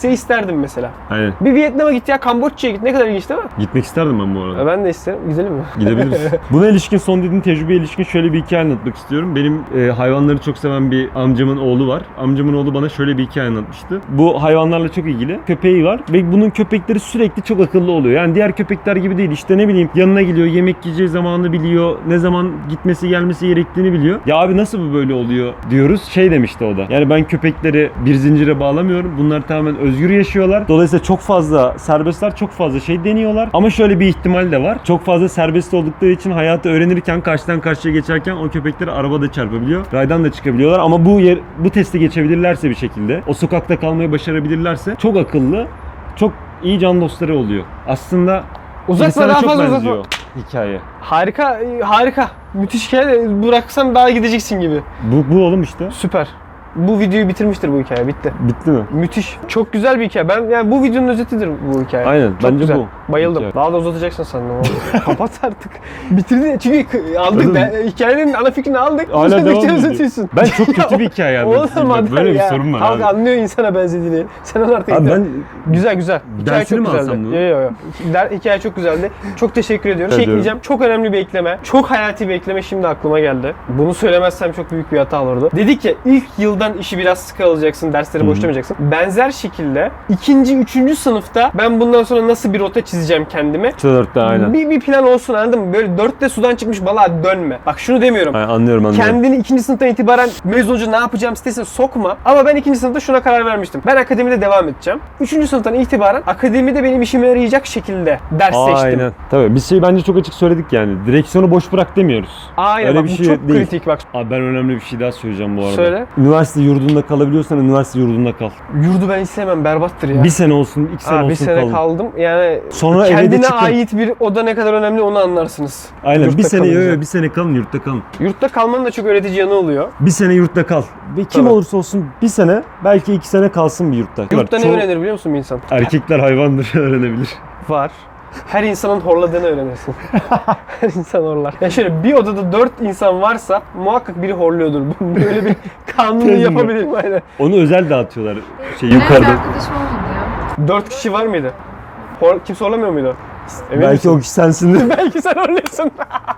[SPEAKER 1] Asya'yı isterdim mesela.
[SPEAKER 2] Aynen.
[SPEAKER 1] Bir Vietnam'a git ya, Kamboçya'ya git. Ne kadar ilginç değil mi?
[SPEAKER 2] Gitmek isterdim ben bu arada.
[SPEAKER 1] Ben de isterim. Gidelim mi?
[SPEAKER 2] Gidebiliriz. Buna ilişkin, son dediğin tecrübeye ilişkin şöyle bir hikaye anlatmak istiyorum. Benim hayvanları çok seven bir amcamın oğlu var. Amcamın oğlu bana şöyle bir hikaye anlatmıştı. Bu hayvanlarla çok ilgili. Köpeği var ve bunun köpekleri sürekli çok akıllı oluyor. Yani diğer köpekler gibi değil. İşte ne bileyim, yanına geliyor, yemek yiyeceği zamanı biliyor, ne zaman gitmesi gelmesi gerektiğini biliyor. Ya abi nasıl bu böyle oluyor diyoruz. Şey demişti o da. Yani ben köpekleri bir zincire bağlamıyorum. Bunlar tamamen özgür yaşıyorlar. Dolayısıyla çok fazla serbestler, çok fazla şey deniyorlar. Ama şöyle bir ihtimal de var. Çok fazla serbest oldukları için hayatı öğrenirken, karşıdan karşıya geçerken o köpekleri arabada çarpabiliyor. Raydan da çıkabiliyorlar ama bu testi geçebilirlerse bir şekilde, o sokakta kalmayı başarabilirlerse çok akıllı, çok iyi can dostları oluyor. Aslında
[SPEAKER 1] Uzatma,
[SPEAKER 2] insana
[SPEAKER 1] daha
[SPEAKER 2] çok
[SPEAKER 1] fazla
[SPEAKER 2] benziyor
[SPEAKER 1] uzatma.
[SPEAKER 2] hikaye.
[SPEAKER 1] Harika, harika. Müthiş hikaye. Bıraksam daha gideceksin gibi.
[SPEAKER 2] Bu oğlum işte.
[SPEAKER 1] Süper. Bu videoyu bitirmiştir bu hikaye. Bitti.
[SPEAKER 2] Bitti mi?
[SPEAKER 1] Müthiş. Çok güzel bir hikaye. Yani bu videonun özetidir bu hikaye.
[SPEAKER 2] Aynen.
[SPEAKER 1] Çok
[SPEAKER 2] Bence
[SPEAKER 1] güzel.
[SPEAKER 2] bu.
[SPEAKER 1] Bayıldım.
[SPEAKER 2] Hikaye.
[SPEAKER 1] Daha da uzatacaksın sandım. Kapat artık. Bitirdi. Çünkü aldık.
[SPEAKER 2] Oğlum.
[SPEAKER 1] Hikayenin ana fikrini aldık.
[SPEAKER 2] Hala
[SPEAKER 1] Uzadıkça
[SPEAKER 2] devam ediyor.
[SPEAKER 1] uzatıyorsun.
[SPEAKER 2] Ben çok kötü bir hikaye anlatıyorum.
[SPEAKER 1] Oğlum
[SPEAKER 2] Böyle bir
[SPEAKER 1] ya.
[SPEAKER 2] sorun var
[SPEAKER 1] Halk
[SPEAKER 2] abi.
[SPEAKER 1] anlıyor insana benzediğini. Sen onu artık...
[SPEAKER 2] Abi ben
[SPEAKER 1] Güzel güzel. Hikaye
[SPEAKER 2] Dersini
[SPEAKER 1] çok
[SPEAKER 2] mi alsam
[SPEAKER 1] güzeldi.
[SPEAKER 2] bunu?
[SPEAKER 1] Yok. Hikaye çok güzeldi. Çok teşekkür ediyorum. Şey
[SPEAKER 2] Ediyorum.
[SPEAKER 1] ekleyeceğim. Çok önemli bir ekleme. Çok hayati bir ekleme şimdi aklıma geldi. Bunu söylemezsem çok büyük bir hata olurdu. Dedik ya, ilk yıldan işi biraz sıkı alacaksın. Dersleri boşlamayacaksın. Benzer şekilde 2. 3. sınıfta ben bundan sonra nasıl bir rota çizeceğim kendime.
[SPEAKER 2] 4'te aynen.
[SPEAKER 1] Bir plan olsun, anladın mı? Böyle 4'te sudan çıkmış balığa dönme. Bak şunu demiyorum.
[SPEAKER 2] Aynen, anlıyorum.
[SPEAKER 1] Kendini 2. sınıftan itibaren mezun olunca ne yapacağım sitesine sokma. Ama ben 2. sınıfta şuna karar vermiştim. Ben akademide devam edeceğim. 3. sınıftan itibaren akademide benim işime yarayacak şekilde ders seçtim.
[SPEAKER 2] Aynen. Tabii biz bence çok açık söyledik yani. Direksiyonu boş bırak demiyoruz.
[SPEAKER 1] Aynen.
[SPEAKER 2] Öyle
[SPEAKER 1] Bak,
[SPEAKER 2] bir
[SPEAKER 1] bu
[SPEAKER 2] şey
[SPEAKER 1] çok
[SPEAKER 2] değil.
[SPEAKER 1] kritik bak.
[SPEAKER 2] Abi ben önemli bir şey daha söyleyeceğim bu arada.
[SPEAKER 1] Söyle.
[SPEAKER 2] Üniversite yurdunda kalabiliyorsan üniversite yurdunda kal.
[SPEAKER 1] Yurdu ben hiç sevmem, berbattır ya.
[SPEAKER 2] Bir sene olsun, 2 sene
[SPEAKER 1] bir
[SPEAKER 2] olsun
[SPEAKER 1] sene
[SPEAKER 2] kalın.
[SPEAKER 1] kaldım. Yani
[SPEAKER 2] Sonra eve de
[SPEAKER 1] kendine
[SPEAKER 2] çıkın.
[SPEAKER 1] ait bir oda ne kadar önemli onu anlarsınız.
[SPEAKER 2] Aynen
[SPEAKER 1] Yurtta
[SPEAKER 2] bir sene
[SPEAKER 1] kalınca.
[SPEAKER 2] bir sene kalın, yurtta kalın.
[SPEAKER 1] Yurtta kalmanın da çok öğretici yanı oluyor.
[SPEAKER 2] Bir sene yurtta kal. Ve kim
[SPEAKER 1] Tabii.
[SPEAKER 2] olursa olsun bir sene, belki 2 sene kalsın bir yurtta.
[SPEAKER 1] Yurtta ne
[SPEAKER 2] Çoğu-
[SPEAKER 1] öğrenir biliyor musun bir insan?
[SPEAKER 2] Erkekler hayvandır öğrenebilir.
[SPEAKER 1] Var. Her insanın horladığını öğrenirsin. Her insan horlar. Ya şöyle, bir odada 4 insan varsa muhakkak biri horluyordur. Böyle bir kanunu
[SPEAKER 2] Tez mi?
[SPEAKER 1] yapabilirim aynen.
[SPEAKER 2] Onu özel dağıtıyorlar
[SPEAKER 3] Benim
[SPEAKER 2] yukarıda.
[SPEAKER 3] arkadaşım olmadı ya.
[SPEAKER 1] 4 kişi var mıydı? Kimse horlamıyor muydu? Emin
[SPEAKER 2] Belki
[SPEAKER 1] misin?
[SPEAKER 2] o kişi sensin.
[SPEAKER 1] Belki sen horluyorsun.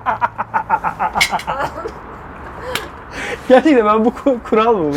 [SPEAKER 1] Gerçekten ben bu kural mı?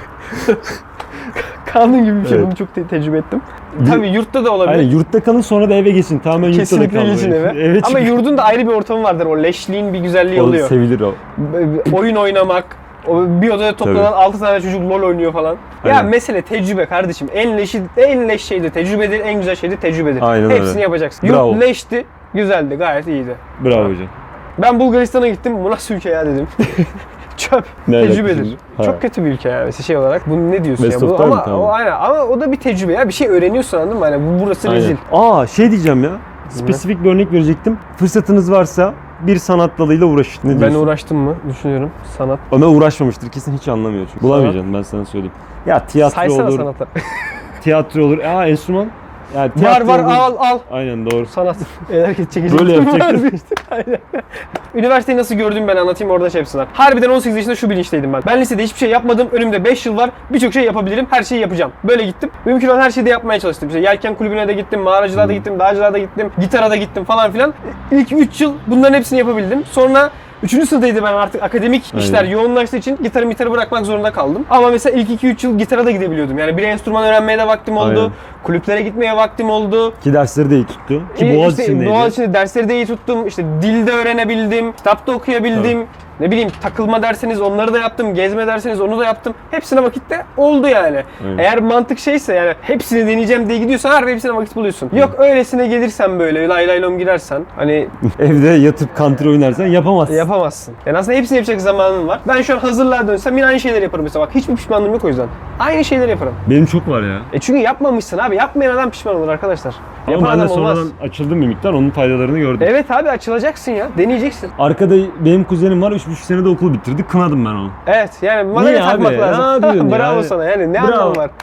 [SPEAKER 1] Kanun gibi bir şey.
[SPEAKER 2] Evet.
[SPEAKER 1] Bunu çok tecrübe ettim. Tabii yurtta da olabilir.
[SPEAKER 2] Aynen yurtta kalın, sonra da eve geçin. Tamamen yurtta da
[SPEAKER 1] Kesinlikle
[SPEAKER 2] kalın.
[SPEAKER 1] geçin eve. Ama
[SPEAKER 2] çıkın.
[SPEAKER 1] yurdun da ayrı bir ortamı vardır. O leşliğin bir güzelliği
[SPEAKER 2] O
[SPEAKER 1] oluyor.
[SPEAKER 2] sevilir o.
[SPEAKER 1] Oyun oynamak, bir odaya toplanan
[SPEAKER 2] Tabii.
[SPEAKER 1] 6 tane çocuk LoL oynuyor falan. Ya
[SPEAKER 2] Aynen.
[SPEAKER 1] mesele tecrübe kardeşim. En leş şeydir tecrübedir, en güzel şeydir tecrübedir.
[SPEAKER 2] Aynen
[SPEAKER 1] Hepsini
[SPEAKER 2] öyle.
[SPEAKER 1] yapacaksın.
[SPEAKER 2] Bravo.
[SPEAKER 1] Yurt leşti, güzeldi, gayet iyiydi.
[SPEAKER 2] Bravo hocam.
[SPEAKER 1] Ben Bulgaristan'a gittim, bu nasıl ülke ya dedim. Çöp,
[SPEAKER 2] Ne alaka
[SPEAKER 1] tecrübedir.
[SPEAKER 2] şimdi? Ha.
[SPEAKER 1] Çok kötü bir ülke ya şey olarak. Bunu ne diyorsun
[SPEAKER 2] Best
[SPEAKER 1] ya?
[SPEAKER 2] of
[SPEAKER 1] Bu,
[SPEAKER 2] time,
[SPEAKER 1] ama
[SPEAKER 2] tamam.
[SPEAKER 1] o aynen, ama o da bir tecrübe ya. Bir şey öğreniyorsun, anladın mı? Yani burası rezil.
[SPEAKER 2] Aa şey diyeceğim ya. Spesifik bir örnek verecektim. Fırsatınız varsa bir sanat dalıyla uğraşın. Ne
[SPEAKER 1] Ben
[SPEAKER 2] diyorsun?
[SPEAKER 1] uğraştım mı? Düşünüyorum. Sanat.
[SPEAKER 2] Ömer uğraşmamıştır. Kesin hiç anlamıyor çünkü. Bulamayacaksın, ben sana söyleyeyim. Ya tiyatro
[SPEAKER 1] Saysana
[SPEAKER 2] olur.
[SPEAKER 1] sanatı.
[SPEAKER 2] Tiyatro olur. Aa enstrüman. Ya
[SPEAKER 1] Var
[SPEAKER 2] tiyatro
[SPEAKER 1] var,
[SPEAKER 2] olur.
[SPEAKER 1] al.
[SPEAKER 2] Aynen doğru.
[SPEAKER 1] Sanat. Herkes çekecek.
[SPEAKER 2] Böyle yapacaktın.
[SPEAKER 1] Aynen. Üniversiteyi nasıl gördüğümü ben anlatayım, orada şey yapsınlar. Harbiden 18 yaşında şu bilinçteydim ben. Ben lisede hiçbir şey yapmadım. Önümde 5 yıl var. Birçok şey yapabilirim. Her şeyi yapacağım. Böyle gittim. Mümkün olan her şeyi de yapmaya çalıştım. İşte yelken kulübüne de gittim. Mağaracılığa da gittim. Dağcılığa da gittim. Gitara da gittim falan filan. İlk 3 yıl bunların hepsini yapabildim. Sonra 3. sınıftaydı, ben artık akademik
[SPEAKER 2] Aynen.
[SPEAKER 1] işler yoğunlaştığı için gitarı bırakmak zorunda kaldım. Ama mesela ilk 2-3 yıl gitara da gidebiliyordum. Yani bir enstrüman öğrenmeye de vaktim oldu.
[SPEAKER 2] Aynen.
[SPEAKER 1] Kulüplere gitmeye vaktim oldu.
[SPEAKER 2] Ki dersleri de iyi tuttu. Ki Boğaziçi'ndeydi.
[SPEAKER 1] Boğaziçi'nde dersleri de iyi tuttum. İşte dil de öğrenebildim. Kitap da okuyabildim. Ne bileyim, takılma derseniz onları da yaptım. Gezme derseniz onu da yaptım. Hepsine vakitte oldu yani.
[SPEAKER 2] Evet.
[SPEAKER 1] Eğer mantık şeyse, yani hepsini deneyeceğim diye gidiyorsan harbi hepsine vakit buluyorsun. Yok öylesine gelirsen, böyle lay lay lom girersen hani
[SPEAKER 2] Evde yatıp counter oynarsan yapamazsın.
[SPEAKER 1] yapamazsın. Yani aslında hepsini yapacak zamanın var. Ben şu an hazırlığa dönsem yine aynı şeyleri yaparım mesela. Bak hiçbir pişmanlığım yok o yüzden. Aynı şeyleri yaparım.
[SPEAKER 2] Benim çok var ya.
[SPEAKER 1] Çünkü yapmamışsın abi. Yapmayan adam pişman olur arkadaşlar.
[SPEAKER 2] Ama
[SPEAKER 1] Yapan
[SPEAKER 2] ben de
[SPEAKER 1] adam olmaz.
[SPEAKER 2] sonradan açıldım bir miktar, onun faydalarını gördüm.
[SPEAKER 1] Evet abi, açılacaksın ya. Deneyeceksin.
[SPEAKER 2] Arkada benim kuzenim var, 3,5 senede okul bitirdi. Kınadım ben onu.
[SPEAKER 1] Evet yani
[SPEAKER 2] Niye
[SPEAKER 1] madalya takmak
[SPEAKER 2] abi?
[SPEAKER 1] lazım.
[SPEAKER 2] Ne yapıyorsun
[SPEAKER 1] Bravo
[SPEAKER 2] ya?
[SPEAKER 1] sana, yani ne
[SPEAKER 2] Bravo.
[SPEAKER 1] anlamı var?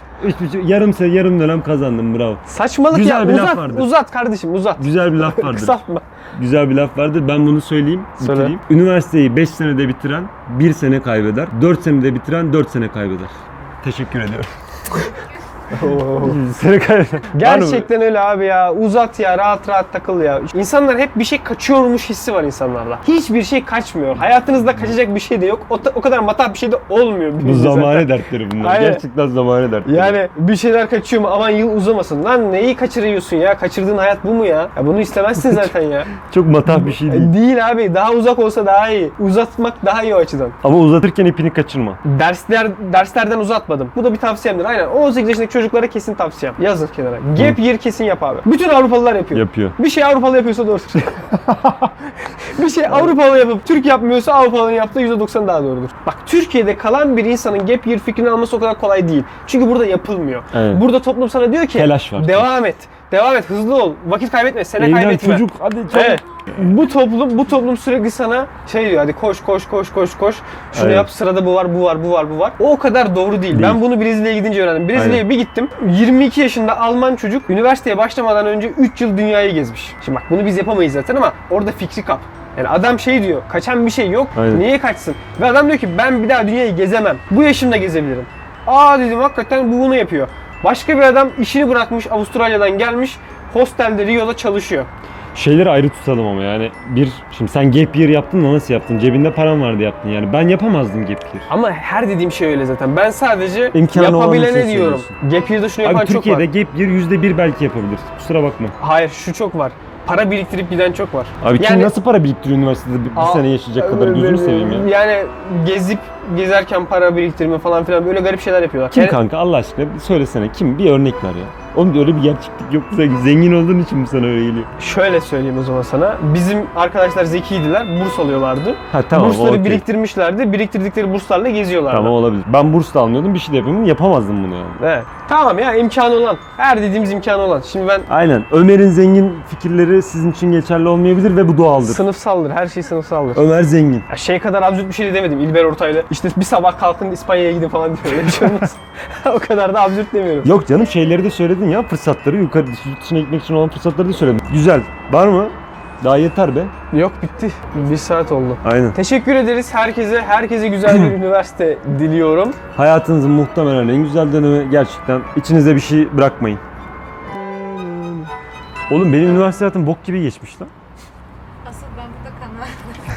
[SPEAKER 2] 3,5 yarım dönem kazandım, bravo.
[SPEAKER 1] Saçmalık
[SPEAKER 2] Güzel
[SPEAKER 1] ya,
[SPEAKER 2] bir laf
[SPEAKER 1] uzat,
[SPEAKER 2] vardır.
[SPEAKER 1] uzat kardeşim, uzat.
[SPEAKER 2] Güzel bir laf vardır.
[SPEAKER 1] Kısaltma.
[SPEAKER 2] Güzel bir laf vardır. Ben bunu söyleyeyim,
[SPEAKER 1] Söyle.
[SPEAKER 2] bitireyim. Üniversiteyi 5 senede bitiren 1 sene kaybeder. 4 senede bitiren 4 sene kaybeder. Teşekkür ediyorum. Seni kaybeder.
[SPEAKER 1] Gerçekten öyle abi ya. Uzat ya, rahat rahat takıl ya. İnsanlar hep bir şey kaçıyormuş hissi var insanlarda. Hiçbir şey kaçmıyor. Hayatınızda kaçacak bir şey de yok. O kadar matah bir şey de olmuyor.
[SPEAKER 2] Bu zamane dertleri bunlar.
[SPEAKER 1] Aynen.
[SPEAKER 2] Gerçekten zamane dertleri.
[SPEAKER 1] Yani bir şeyler kaçıyor mu? Aman yıl uzamasın. Lan neyi kaçırıyorsun ya? Kaçırdığın hayat bu mu ya? Ya bunu istemezsin zaten ya.
[SPEAKER 2] Çok matah bir şey değil.
[SPEAKER 1] Değil abi. Daha uzak olsa daha iyi. Uzatmak daha iyi o açıdan.
[SPEAKER 2] Ama uzatırken ipini kaçırma.
[SPEAKER 1] Derslerden uzatmadım. Bu da bir tavsiyemdir. Aynen. 18 yaşındaki çocuklara kesin tavsiyem. Yazın kenara. Gap year kesin yap abi. Bütün Avrupalılar yapıyor.
[SPEAKER 2] Yapıyor.
[SPEAKER 1] Bir şey Avrupalı yapıyorsa doğrudur. Bir şey Avrupalı yapıp Türk yapmıyorsa Avrupalı'nın yaptığı %90 daha doğrudur. Bak Türkiye'de kalan bir insanın gap year fikrini alması o kadar kolay değil. Çünkü burada yapılmıyor.
[SPEAKER 2] Evet.
[SPEAKER 1] Burada toplum sana diyor ki
[SPEAKER 2] Telaş var.
[SPEAKER 1] devam et. Devam et, hızlı ol. Vakit kaybetme, sene
[SPEAKER 2] Evlen
[SPEAKER 1] kaybetme.
[SPEAKER 2] çocuk hadi çabuk.
[SPEAKER 1] Evet. Bu toplum sürekli sana şey diyor, hadi koş. Şunu
[SPEAKER 2] Evet.
[SPEAKER 1] yap, sırada bu var. O kadar doğru değil. Ben bunu Brezilya'ya gidince öğrendim. Brezilya'ya bir gittim. 22 yaşında Alman çocuk üniversiteye başlamadan önce 3 yıl dünyayı gezmiş. Şimdi bak bunu biz yapamayız zaten ama orada fikri kap. Yani adam şey diyor, kaçan bir şey yok.
[SPEAKER 2] Aynen.
[SPEAKER 1] Niye kaçsın? Ve adam diyor ki ben bir daha dünyayı gezemem. Bu yaşımda gezebilirim. Aa dedim hakikaten bu bunu yapıyor. Başka bir adam işini bırakmış, Avustralya'dan gelmiş. Hostelde Rio'da çalışıyor.
[SPEAKER 2] Şeyleri ayrı tutalım ama yani şimdi sen gap year yaptın da nasıl yaptın? Cebinde paran vardı yaptın yani. Ben yapamazdım gap year.
[SPEAKER 1] Ama her dediğim şey öyle zaten. Ben sadece
[SPEAKER 2] İmkanı olan bir
[SPEAKER 1] yapabilene
[SPEAKER 2] şey
[SPEAKER 1] diyorum.
[SPEAKER 2] söylüyorsun.
[SPEAKER 1] Gap year'da şunu yapan
[SPEAKER 2] Abi
[SPEAKER 1] çok var.
[SPEAKER 2] Türkiye'de gap year %1 belki yapabilir. Kusura bakma.
[SPEAKER 1] Hayır şu çok var. Para biriktirip giden çok var.
[SPEAKER 2] Abi kim nasıl para biriktiriyor üniversitede bir sene yaşayacak kadar gözünü seveyim ya.
[SPEAKER 1] Yani gezerken para biriktirme falan filan böyle garip şeyler yapıyorlar.
[SPEAKER 2] Kim
[SPEAKER 1] Yani-
[SPEAKER 2] kanka Allah aşkına söylesene kim bir örnek ver ya. Oğlum öyle bir gerçeklik yok. Sen zengin olduğun için mi sana öyle geliyor?
[SPEAKER 1] Şöyle söyleyeyim o zaman sana. Bizim arkadaşlar zekiydiler. Burs alıyorlardı.
[SPEAKER 2] Ha tamam
[SPEAKER 1] Bursları
[SPEAKER 2] okey.
[SPEAKER 1] biriktirmişlerdi. Biriktirdikleri burslarla geziyorlardı.
[SPEAKER 2] Tamam olabilir. Ben burs da almıyordum bir şey de yapıyordum. Yapamazdım bunu yani.
[SPEAKER 1] Evet. Tamam ya imkanı olan. Her dediğimiz imkanı olan. Şimdi ben
[SPEAKER 2] Aynen. Ömer'in zengin fikirleri sizin için geçerli olmayabilir ve bu doğaldır.
[SPEAKER 1] sınıfsaldır. Her şey sınıfsaldır.
[SPEAKER 2] Ömer zengin.
[SPEAKER 1] Ya şey kadar absürt bir şey de demedim. İlber Ortaylı. İşte bir sabah kalkın İspanya'ya gidin falan diyor. Öyle bir şey olmaz. O kadar da absürt demiyorum.
[SPEAKER 2] Yok canım şeyleri de söyledin ya fırsatları yukarı yurt dışına gitmek için olan fırsatları da söyledin. Güzel. Var mı? Daha yeter be.
[SPEAKER 1] Yok bitti. 1 saat oldu.
[SPEAKER 2] Aynen.
[SPEAKER 1] Teşekkür ederiz herkese güzel bir üniversite diliyorum.
[SPEAKER 2] Hayatınızın muhtemelen en güzel dönemi gerçekten. İçinize bir şey bırakmayın. Oğlum benim üniversite hayatım bok gibi geçmiş lan.
[SPEAKER 3] Asıl ben burada